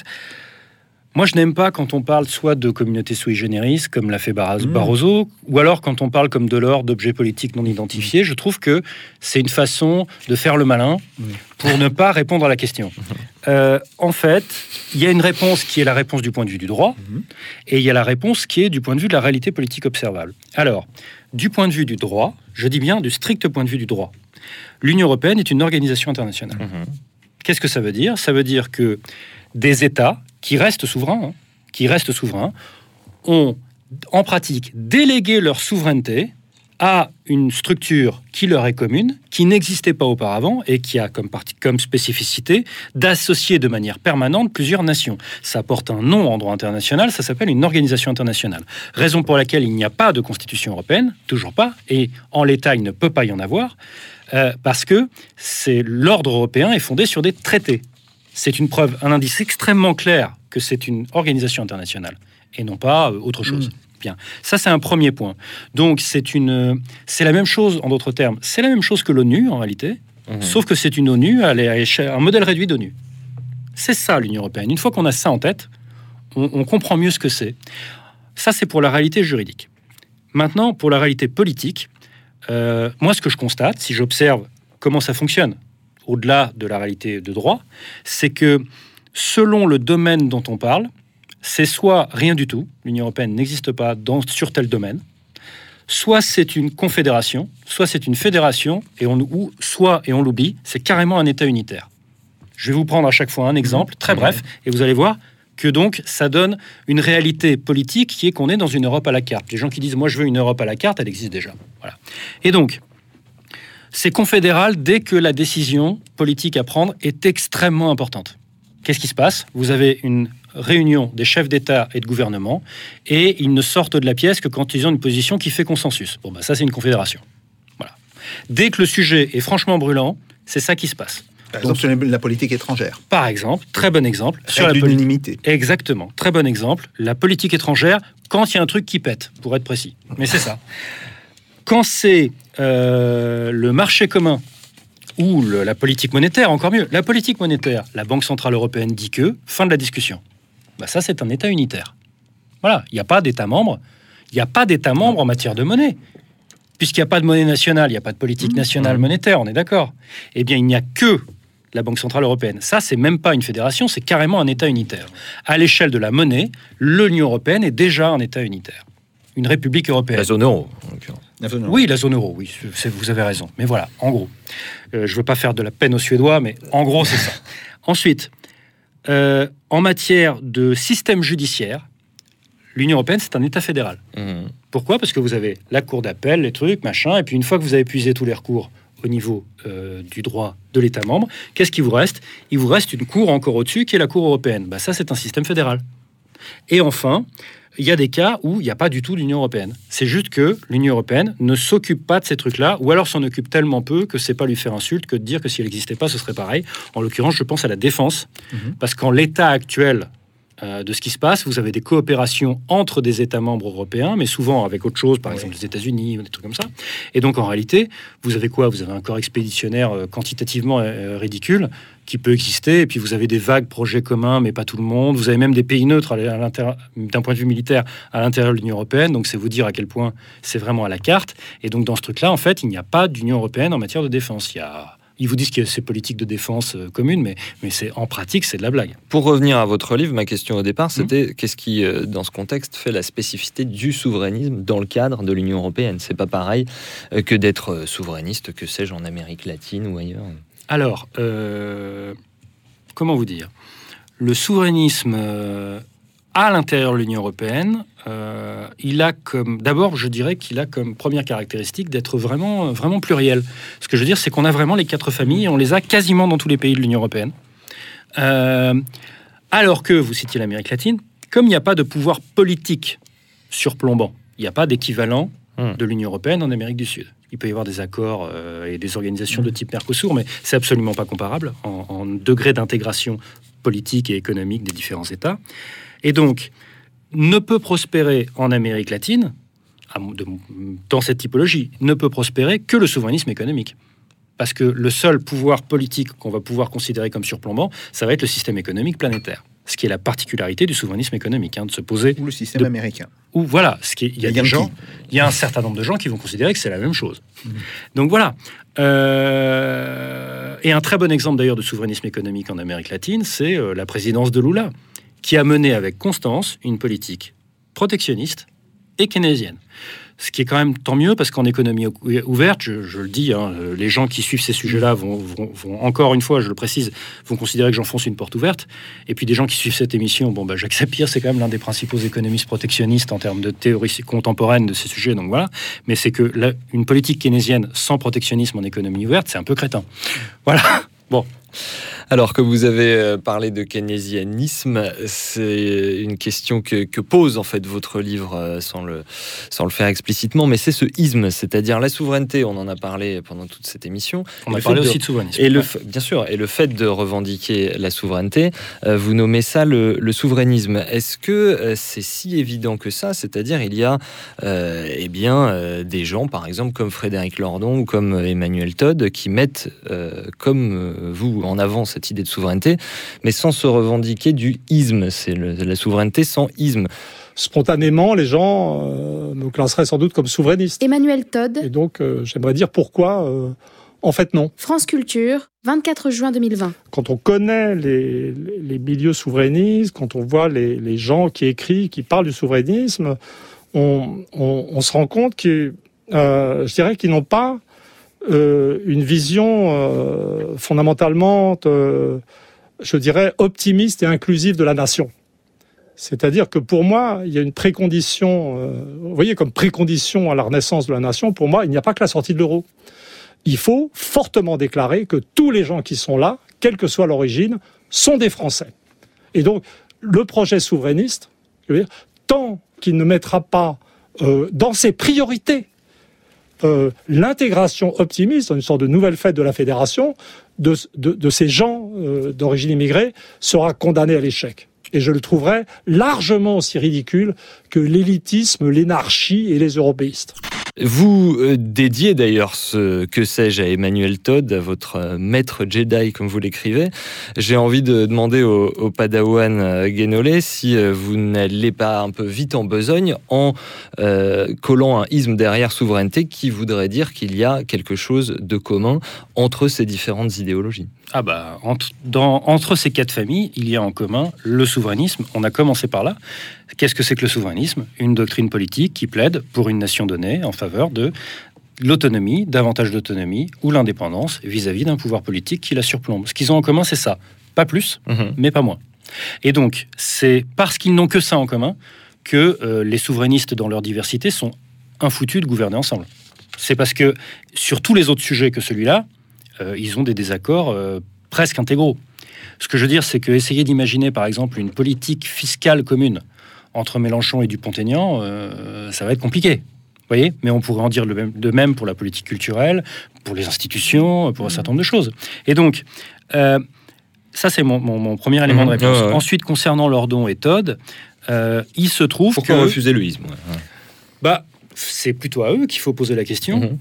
Speaker 3: moi je n'aime pas quand on parle soit de communauté sui generis, comme l'a fait Barroso, mmh. ou alors quand on parle comme Delors d'objets politiques non identifiés. Mmh. Je trouve que c'est une façon de faire le malin mmh. pour ne pas répondre à la question. Mmh. Euh, en fait, il y a une réponse qui est la réponse du point de vue du droit, mmh. et il y a la réponse qui est du point de vue de la réalité politique observable. Alors, du point de vue du droit, je dis bien du strict point de vue du droit, l'Union européenne est une organisation internationale. Mmh. Qu'est-ce que ça veut dire ? Ça veut dire que des États qui restent souverains, hein, qui restent souverains, ont en pratique délégué leur souveraineté à une structure qui leur est commune, qui n'existait pas auparavant et qui a comme, partie, comme spécificité d'associer de manière permanente plusieurs nations. Ça porte un nom en droit international, ça s'appelle une organisation internationale. Raison pour laquelle il n'y a pas de constitution européenne, toujours pas, et en l'état il ne peut pas y en avoir, euh, parce que c'est, l'ordre européen est fondé sur des traités. C'est une preuve, un indice extrêmement clair que c'est une organisation internationale et non pas euh, autre chose. Mmh. Bien, ça c'est un premier point. Donc c'est une, c'est la même chose en d'autres termes. C'est la même chose que l'ONU en réalité, mmh. sauf que c'est une ONU, elle est à échelle, un modèle réduit d'ONU. C'est ça l'Union européenne. Une fois qu'on a ça en tête, on, on comprend mieux ce que c'est. Ça c'est pour la réalité juridique. Maintenant, pour la réalité politique, euh, moi, ce que je constate, si j'observe comment ça fonctionne, au-delà de la réalité de droit, c'est que selon le domaine dont on parle, c'est soit rien du tout, l'Union européenne n'existe pas dans, sur tel domaine, soit c'est une confédération, soit c'est une fédération, et on, ou soit, et on l'oublie, c'est carrément un État unitaire. Je vais vous prendre à chaque fois un exemple, très bref, et vous allez voir que donc ça donne une réalité politique qui est qu'on est dans une Europe à la carte. Les gens qui disent « moi je veux une Europe à la carte », elle existe déjà. Voilà. Et donc, c'est confédéral dès que la décision politique à prendre est extrêmement importante. Qu'est-ce qui se passe ? Vous avez une réunion des chefs d'État et de gouvernement, et ils ne sortent de la pièce que quand ils ont une position qui fait consensus. Bon, bah ça, c'est une confédération. Voilà. Dès que le sujet est franchement brûlant, c'est ça qui se passe.
Speaker 8: Par exemple, sur la politique étrangère.
Speaker 3: Par exemple, très bon exemple.
Speaker 8: Sur l'unanimité.
Speaker 3: Exactement, très bon exemple. La politique étrangère, quand il y a un truc qui pète, pour être précis. Mais c'est ça. Quand c'est euh, le marché commun ou le, la politique monétaire, encore mieux. La politique monétaire, la Banque Centrale Européenne dit que, fin de la discussion. Bah ça, c'est un État unitaire. Voilà, il n'y a pas d'État membre. Il n'y a pas d'État membre en matière de monnaie. Puisqu'il n'y a pas de monnaie nationale, il n'y a pas de politique nationale monétaire, on est d'accord. Eh bien, il n'y a que la Banque Centrale Européenne. Ça, c'est même pas une fédération, c'est carrément un État unitaire. À l'échelle de la monnaie, l'Union Européenne est déjà un État unitaire. Une république européenne.
Speaker 7: La zone euro.
Speaker 3: La zone euro. Oui, la zone euro, oui, c'est, vous avez raison. Mais voilà, en gros. Euh, je ne veux pas faire de la peine aux Suédois, mais en gros, c'est ça. Ensuite, euh, en matière de système judiciaire, l'Union européenne, c'est un État fédéral. Mmh. Pourquoi ? Parce que vous avez la cour d'appel, les trucs, machin, et puis une fois que vous avez épuisé tous les recours au niveau euh, du droit de l'État membre, qu'est-ce qui vous reste ? Il vous reste une cour encore au-dessus, qui est la Cour européenne. Bah, ça, c'est un système fédéral. Et enfin, il y a des cas où il n'y a pas du tout l'Union européenne. C'est juste que l'Union européenne ne s'occupe pas de ces trucs-là, ou alors s'en occupe tellement peu que c'est pas lui faire insulte que de dire que si elle n'existait pas, ce serait pareil. En l'occurrence, je pense à la défense, mmh. parce qu'en l'état actuel euh, de ce qui se passe, vous avez des coopérations entre des États membres européens, mais souvent avec autre chose, par oui. exemple les États-Unis, des trucs comme ça. Et donc en réalité, vous avez quoi ? Vous avez un corps expéditionnaire euh, quantitativement euh, ridicule qui peut exister, et puis vous avez des vagues projets communs, mais pas tout le monde. Vous avez même des pays neutres à d'un point de vue militaire à l'intérieur de l'Union européenne, donc c'est vous dire à quel point c'est vraiment à la carte. Et donc dans ce truc-là, en fait, il n'y a pas d'Union européenne en matière de défense. Il y a... Ils vous disent que c'est politique de défense euh, commune, mais, mais c'est, en pratique, c'est de la blague.
Speaker 7: Pour revenir à votre livre, ma question au départ, c'était mmh. qu'est-ce qui, euh, dans ce contexte, fait la spécificité du souverainisme dans le cadre de l'Union européenne ? C'est pas pareil euh, que d'être euh, souverainiste, que sais-je, en Amérique latine ou ailleurs.
Speaker 3: Alors, euh, comment vous dire ? Le souverainisme euh, à l'intérieur de l'Union européenne, euh, il a comme... D'abord, je dirais qu'il a comme première caractéristique d'être vraiment, vraiment pluriel. Ce que je veux dire, c'est qu'on a vraiment les quatre familles, et on les a quasiment dans tous les pays de l'Union européenne. Euh, alors que, vous citiez l'Amérique latine, comme il n'y a pas de pouvoir politique surplombant, il n'y a pas d'équivalent de l'Union européenne en Amérique du Sud. Il peut y avoir des accords euh, et des organisations de type Mercosur, mais c'est absolument pas comparable en, en degré d'intégration politique et économique des différents États. Et donc, ne peut prospérer en Amérique latine, de, dans cette typologie, ne peut prospérer que le souverainisme économique. Parce que le seul pouvoir politique qu'on va pouvoir considérer comme surplombant, ça va être le système économique planétaire. Ce qui est la particularité du souverainisme économique, hein, de se poser...
Speaker 8: Ou le système de, américain.
Speaker 3: Ou voilà, ce qui est, il y a des gens, il y a un certain nombre de gens qui vont considérer que c'est la même chose. Mmh. Donc voilà. Euh, et un très bon exemple d'ailleurs de souverainisme économique en Amérique latine, c'est euh, la présidence de Lula, qui a mené avec constance une politique protectionniste et keynésienne. Ce qui est quand même tant mieux, parce qu'en économie ouverte, je, je le dis, hein, les gens qui suivent ces sujets-là vont, vont, vont, encore une fois, je le précise, vont considérer que j'enfonce une porte ouverte. Et puis des gens qui suivent cette émission, bon, bah, Jacques Sapir, c'est quand même l'un des principaux économistes protectionnistes en termes de théorie contemporaine de ces sujets, donc voilà. Mais c'est que la, une politique keynésienne sans protectionnisme en économie ouverte, c'est un peu crétin. Voilà. Bon.
Speaker 7: Alors que vous avez parlé de keynésianisme, c'est une question que, que pose en fait votre livre sans le, sans le faire explicitement, mais c'est ce isme, c'est-à-dire la souveraineté. On en a parlé pendant toute cette émission.
Speaker 3: On a parlé de, aussi de souverainisme.
Speaker 7: Et le, bien sûr, et le fait de revendiquer la souveraineté, vous nommez ça le, le souverainisme. Est-ce que c'est si évident que ça ? C'est-à-dire il y a euh, eh bien, euh, des gens, par exemple, comme Frédéric Lordon ou comme Emmanuel Todd, qui mettent, euh, comme vous, en avant cette cette idée de souveraineté, mais sans se revendiquer du isme. C'est le, la souveraineté sans isme.
Speaker 13: Spontanément, les gens euh, me classeraient sans doute comme souverainiste.
Speaker 10: Emmanuel Todd.
Speaker 13: Et donc, euh, j'aimerais dire pourquoi, euh, en fait, non.
Speaker 10: France Culture, vingt-quatre juin deux mille vingt.
Speaker 13: Quand on connaît les, les milieux souverainistes, quand on voit les, les gens qui écrivent, qui parlent du souverainisme, on, on, on se rend compte que, euh, je dirais qu'ils n'ont pas euh, une vision euh, fondamentalement, euh, je dirais, optimiste et inclusive de la nation. C'est-à-dire que pour moi, il y a une précondition, euh, vous voyez, comme précondition à la renaissance de la nation, pour moi, il n'y a pas que la sortie de l'euro. Il faut fortement déclarer que tous les gens qui sont là, quelle que soit l'origine, sont des Français. Et donc, le projet souverainiste, je veux dire, tant qu'il ne mettra pas euh, dans ses priorités euh, l'intégration optimiste, une sorte de nouvelle fête de la fédération, de, de, de ces gens euh, d'origine immigrée, sera condamné à l'échec. Et je le trouverais largement aussi ridicule que l'élitisme, l'énarchie et les européistes.
Speaker 7: Vous euh, dédiez d'ailleurs ce que sais-je à Emmanuel Todd, à votre euh, maître Jedi, comme vous l'écrivez. J'ai envie de demander au, au Padawan euh, Guénolé si euh, vous n'allez pas un peu vite en besogne en euh, collant un isme derrière souveraineté qui voudrait dire qu'il y a quelque chose de commun entre ces différentes idéologies.
Speaker 3: Ah bah, entre, dans, entre ces quatre familles, il y a en commun le souverainisme. On a commencé par là. Qu'est-ce que c'est que le souverainisme ? Une doctrine politique qui plaide pour une nation donnée en faveur de l'autonomie, davantage d'autonomie ou l'indépendance vis-à-vis d'un pouvoir politique qui la surplombe. Ce qu'ils ont en commun, c'est ça. Pas plus, mmh. mais pas moins. Et donc, c'est parce qu'ils n'ont que ça en commun que euh, les souverainistes, dans leur diversité, sont infoutus de gouverner ensemble. C'est parce que sur tous les autres sujets que celui-là, Euh, ils ont des désaccords euh, presque intégraux. Ce que je veux dire, c'est que essayer d'imaginer, par exemple, une politique fiscale commune entre Mélenchon et Dupont-Aignan, euh, ça va être compliqué. Vous voyez ? Mais on pourrait en dire le même, de même pour la politique culturelle, pour les institutions, pour un certain nombre de choses. Et donc, euh, ça, c'est mon, mon, mon premier élément mmh, de réponse. Ouais, ouais. Ensuite, concernant Lordon et Todd, euh, il se trouve
Speaker 7: Pourquoi
Speaker 3: que...
Speaker 7: refuser le isme ? Ouais.
Speaker 3: Bah... C'est plutôt à eux qu'il faut poser la question. Mmh.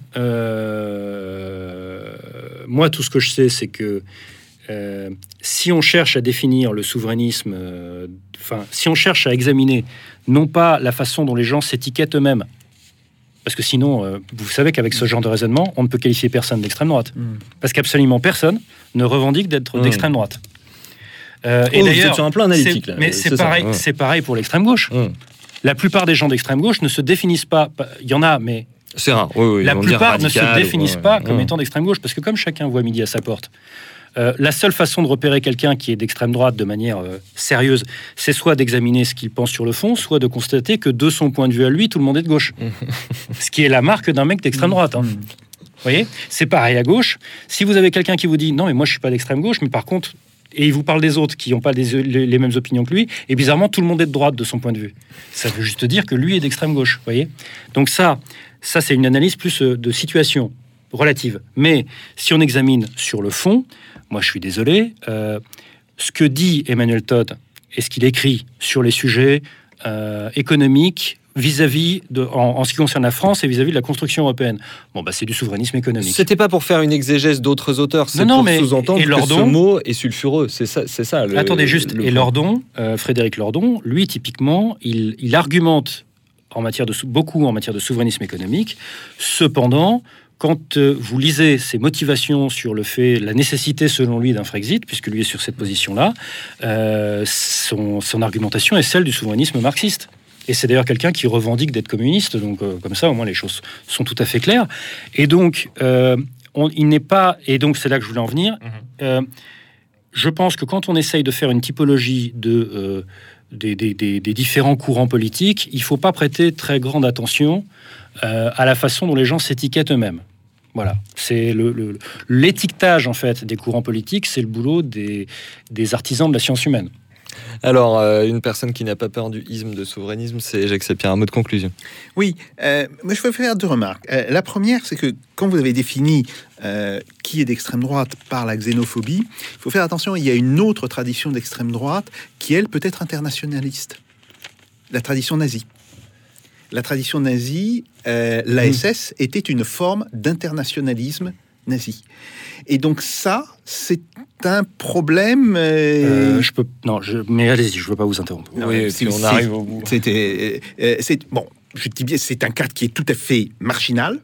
Speaker 3: Euh, moi, tout ce que je sais, c'est que euh, si on cherche à définir le souverainisme, euh, enfin, si on cherche à examiner non pas la façon dont les gens s'étiquettent eux-mêmes, parce que sinon, euh, vous savez qu'avec ce genre de raisonnement, on ne peut qualifier personne d'extrême droite, mmh. parce qu'absolument personne ne revendique d'être mmh. d'extrême droite. Euh,
Speaker 7: oh,
Speaker 3: et d'ailleurs,
Speaker 7: sur un plan analytique, là.
Speaker 3: Mais c'est,
Speaker 7: c'est
Speaker 3: pareil,
Speaker 7: ça, ouais.
Speaker 3: c'est pareil pour l'extrême gauche. Mmh. La plupart des gens d'extrême gauche ne se définissent pas. Il y en a, mais
Speaker 7: c'est rare. Oui, oui,
Speaker 3: la plupart ne se définissent
Speaker 7: ouais,
Speaker 3: pas
Speaker 7: ouais.
Speaker 3: comme
Speaker 7: mmh.
Speaker 3: étant d'extrême gauche, parce que comme chacun voit midi à sa porte, euh, la seule façon de repérer quelqu'un qui est d'extrême droite de manière euh, sérieuse, c'est soit d'examiner ce qu'il pense sur le fond, soit de constater que de son point de vue à lui, tout le monde est de gauche. Ce qui est la marque d'un mec d'extrême droite. Hein. Vous voyez ? C'est pareil à gauche. Si vous avez quelqu'un qui vous dit non, mais moi je suis pas d'extrême gauche, mais par contre. Et il vous parle des autres qui n'ont pas des, les, les mêmes opinions que lui, et bizarrement, tout le monde est de droite de son point de vue. Ça veut juste dire que lui est d'extrême gauche, vous voyez ? Donc ça, ça, c'est une analyse plus de situation relative. Mais si on examine sur le fond, moi je suis désolé, euh, ce que dit Emmanuel Todd et ce qu'il écrit sur les sujets euh, économiques, vis-à-vis de, en, en ce qui concerne la France et vis-à-vis de la construction européenne. Bon, bah, c'est du souverainisme économique.
Speaker 7: C'était pas pour faire une exégèse d'autres auteurs, c'est
Speaker 3: non, non,
Speaker 7: pour
Speaker 3: mais,
Speaker 7: sous-entendre que
Speaker 3: Lordon,
Speaker 7: ce mot est sulfureux. C'est ça, c'est ça. Le,
Speaker 3: attendez juste.
Speaker 7: Le
Speaker 3: et Lordon, euh, Frédéric Lordon, lui, typiquement, il, il argumente en matière de, beaucoup en matière de souverainisme économique. Cependant, quand euh, vous lisez ses motivations sur le fait, la nécessité, selon lui, d'un Frexit, puisque lui est sur cette position-là, euh, son, son argumentation est celle du souverainisme marxiste. Et c'est d'ailleurs quelqu'un qui revendique d'être communiste, donc euh, comme ça, au moins, les choses sont tout à fait claires. Et donc, euh, on, il n'est pas... Et donc, c'est là que je voulais en venir. Mmh. Euh, je pense que quand on essaye de faire une typologie de, euh, des, des, des, des différents courants politiques, il ne faut pas prêter très grande attention euh, à la façon dont les gens s'étiquettent eux-mêmes. Voilà, c'est le, le, l'étiquetage, en fait, des courants politiques, c'est le boulot des, des artisans de la science humaine.
Speaker 7: Alors, euh, une personne qui n'a pas peur du isme de souverainisme, c'est Jacques Sapir. Un mot de conclusion.
Speaker 8: Oui, euh, moi je veux faire deux remarques. Euh, la première, c'est que quand vous avez défini euh, qui est d'extrême droite par la xénophobie, il faut faire attention, il y a une autre tradition d'extrême droite qui, elle, peut être internationaliste. La tradition nazie. La tradition nazie, euh, l'A S S, mmh. était une forme d'internationalisme nazie. Et donc ça, c'est un problème.
Speaker 3: Euh... Euh, je peux non, je... mais allez-y, je ne veux pas vous interrompre.
Speaker 7: Non, oui, si on arrive au bout.
Speaker 8: C'était, euh, c'est bon. Je dis bien, c'est un cadre qui est tout à fait marginal,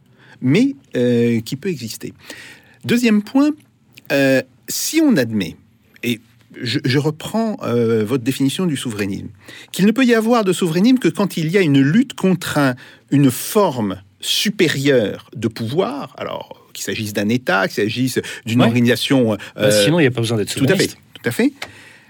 Speaker 8: mais euh, qui peut exister. Deuxième point, euh, si on admet, et je, je reprends euh, votre définition du souverainisme, qu'il ne peut y avoir de souverainisme que quand il y a une lutte contre un, une forme supérieure de pouvoir, alors qu'il s'agisse d'un État, qu'il s'agisse d'une ouais. organisation... Euh,
Speaker 3: bah, sinon, il n'y a pas besoin d'être souverainiste.
Speaker 8: Tout à fait, tout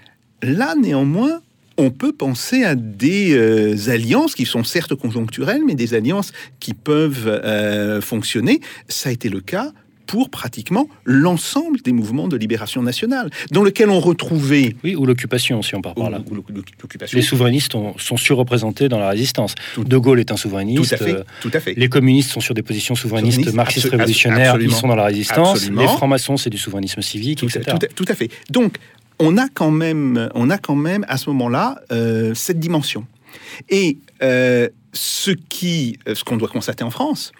Speaker 8: à fait. Là, néanmoins, on peut penser à des euh, alliances qui sont certes conjoncturelles, mais des alliances qui peuvent euh, fonctionner. Ça a été le cas pour pratiquement l'ensemble des mouvements de libération nationale, dans lequel on retrouvait...
Speaker 3: Oui, ou l'occupation, si on part par là.
Speaker 8: Ou, ou l'occupation.
Speaker 3: Les souverainistes ont, sont surreprésentés dans la résistance. Tout, de Gaulle est un souverainiste.
Speaker 8: Tout à fait, tout à fait.
Speaker 3: Les communistes sont sur des positions souverainistes, souverainistes marxistes absolu- révolutionnaires, absolument. Ils sont dans la résistance. Absolument. Les francs-maçons, c'est du souverainisme civique,
Speaker 8: tout,
Speaker 3: et cetera.
Speaker 8: Tout à, tout à fait. Donc, on a quand même, on a quand même à ce moment-là, euh, cette dimension. Et euh, ce, qui, ce qu'on doit constater en France,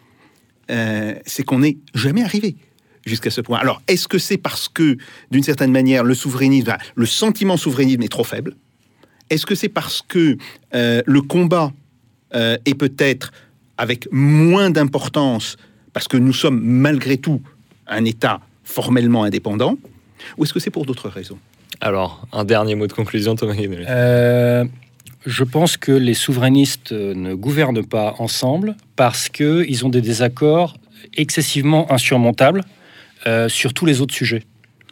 Speaker 8: Euh, c'est qu'on n'est jamais arrivé jusqu'à ce point. Alors, est-ce que c'est parce que, d'une certaine manière, le souverainisme, le sentiment souverainisme est trop faible ? Est-ce que c'est parce que euh, le combat euh, est peut-être avec moins d'importance, parce que nous sommes malgré tout un État formellement indépendant ? Ou est-ce que c'est pour d'autres raisons ?
Speaker 7: Alors, un dernier mot de conclusion, Thomas Guénolé.
Speaker 3: Euh... Je pense que les souverainistes ne gouvernent pas ensemble parce qu'ils ont des désaccords excessivement insurmontables euh, sur tous les autres sujets.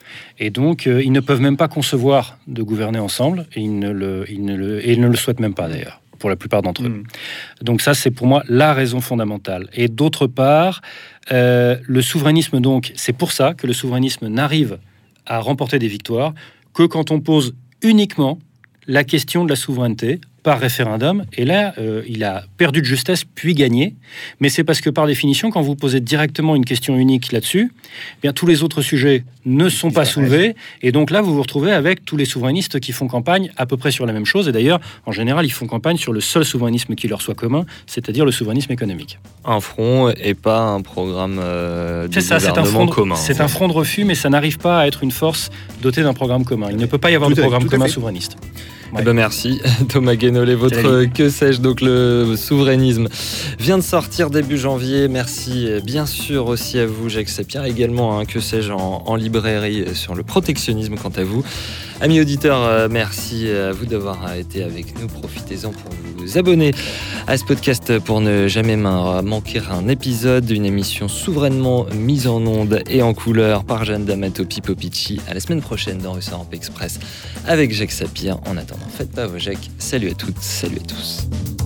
Speaker 3: Et donc, euh, ils ne peuvent même pas concevoir de gouverner ensemble, et ils ne le, ils ne le, et ils ne le souhaitent même pas d'ailleurs, pour la plupart d'entre eux. Mmh. Donc ça, c'est pour moi la raison fondamentale. Et d'autre part, euh, le souverainisme, donc, c'est pour ça que le souverainisme n'arrive à remporter des victoires que quand on pose uniquement la question de la souveraineté par référendum. Et là, euh, il a perdu de justesse puis gagné. Mais c'est parce que, par définition, quand vous posez directement une question unique là-dessus, eh bien, tous les autres sujets ne sont pas soulevés. Et donc là, vous vous retrouvez avec tous les souverainistes qui font campagne à peu près sur la même chose. Et d'ailleurs, en général, ils font campagne sur le seul souverainisme qui leur soit commun, c'est-à-dire le souverainisme économique.
Speaker 7: Un front et pas un programme euh, de
Speaker 3: c'est ça,
Speaker 7: gouvernement
Speaker 3: c'est un front de,
Speaker 7: commun.
Speaker 3: C'est un front de refus, mais ça n'arrive pas à être une force dotée d'un programme commun. Il ne peut pas y avoir
Speaker 8: tout
Speaker 3: de programme commun
Speaker 8: fait.
Speaker 3: souverainiste.
Speaker 7: Ouais. Eh ben merci Thomas Guénolé, votre que sais-je, donc le souverainisme vient de sortir début janvier. Merci bien sûr aussi à vous Jacques Sapir, également un que sais-je en, en librairie sur le protectionnisme. Quant à vous, amis auditeurs, merci à vous d'avoir été avec nous. Profitez-en pour vous abonner à ce podcast pour ne jamais manquer un épisode, une émission souverainement mise en onde et en couleur par Jeanne D'Amato Pipopici. À la semaine prochaine dans Russe Europe Express avec Jacques Sapir. En attendant, faites pas vos Jacques. Salut à toutes, salut à tous.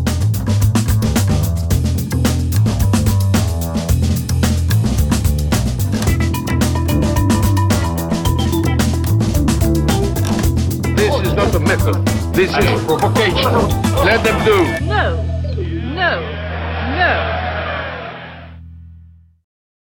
Speaker 1: This is not a method. This is provocation. Let them do.
Speaker 14: No, no, no.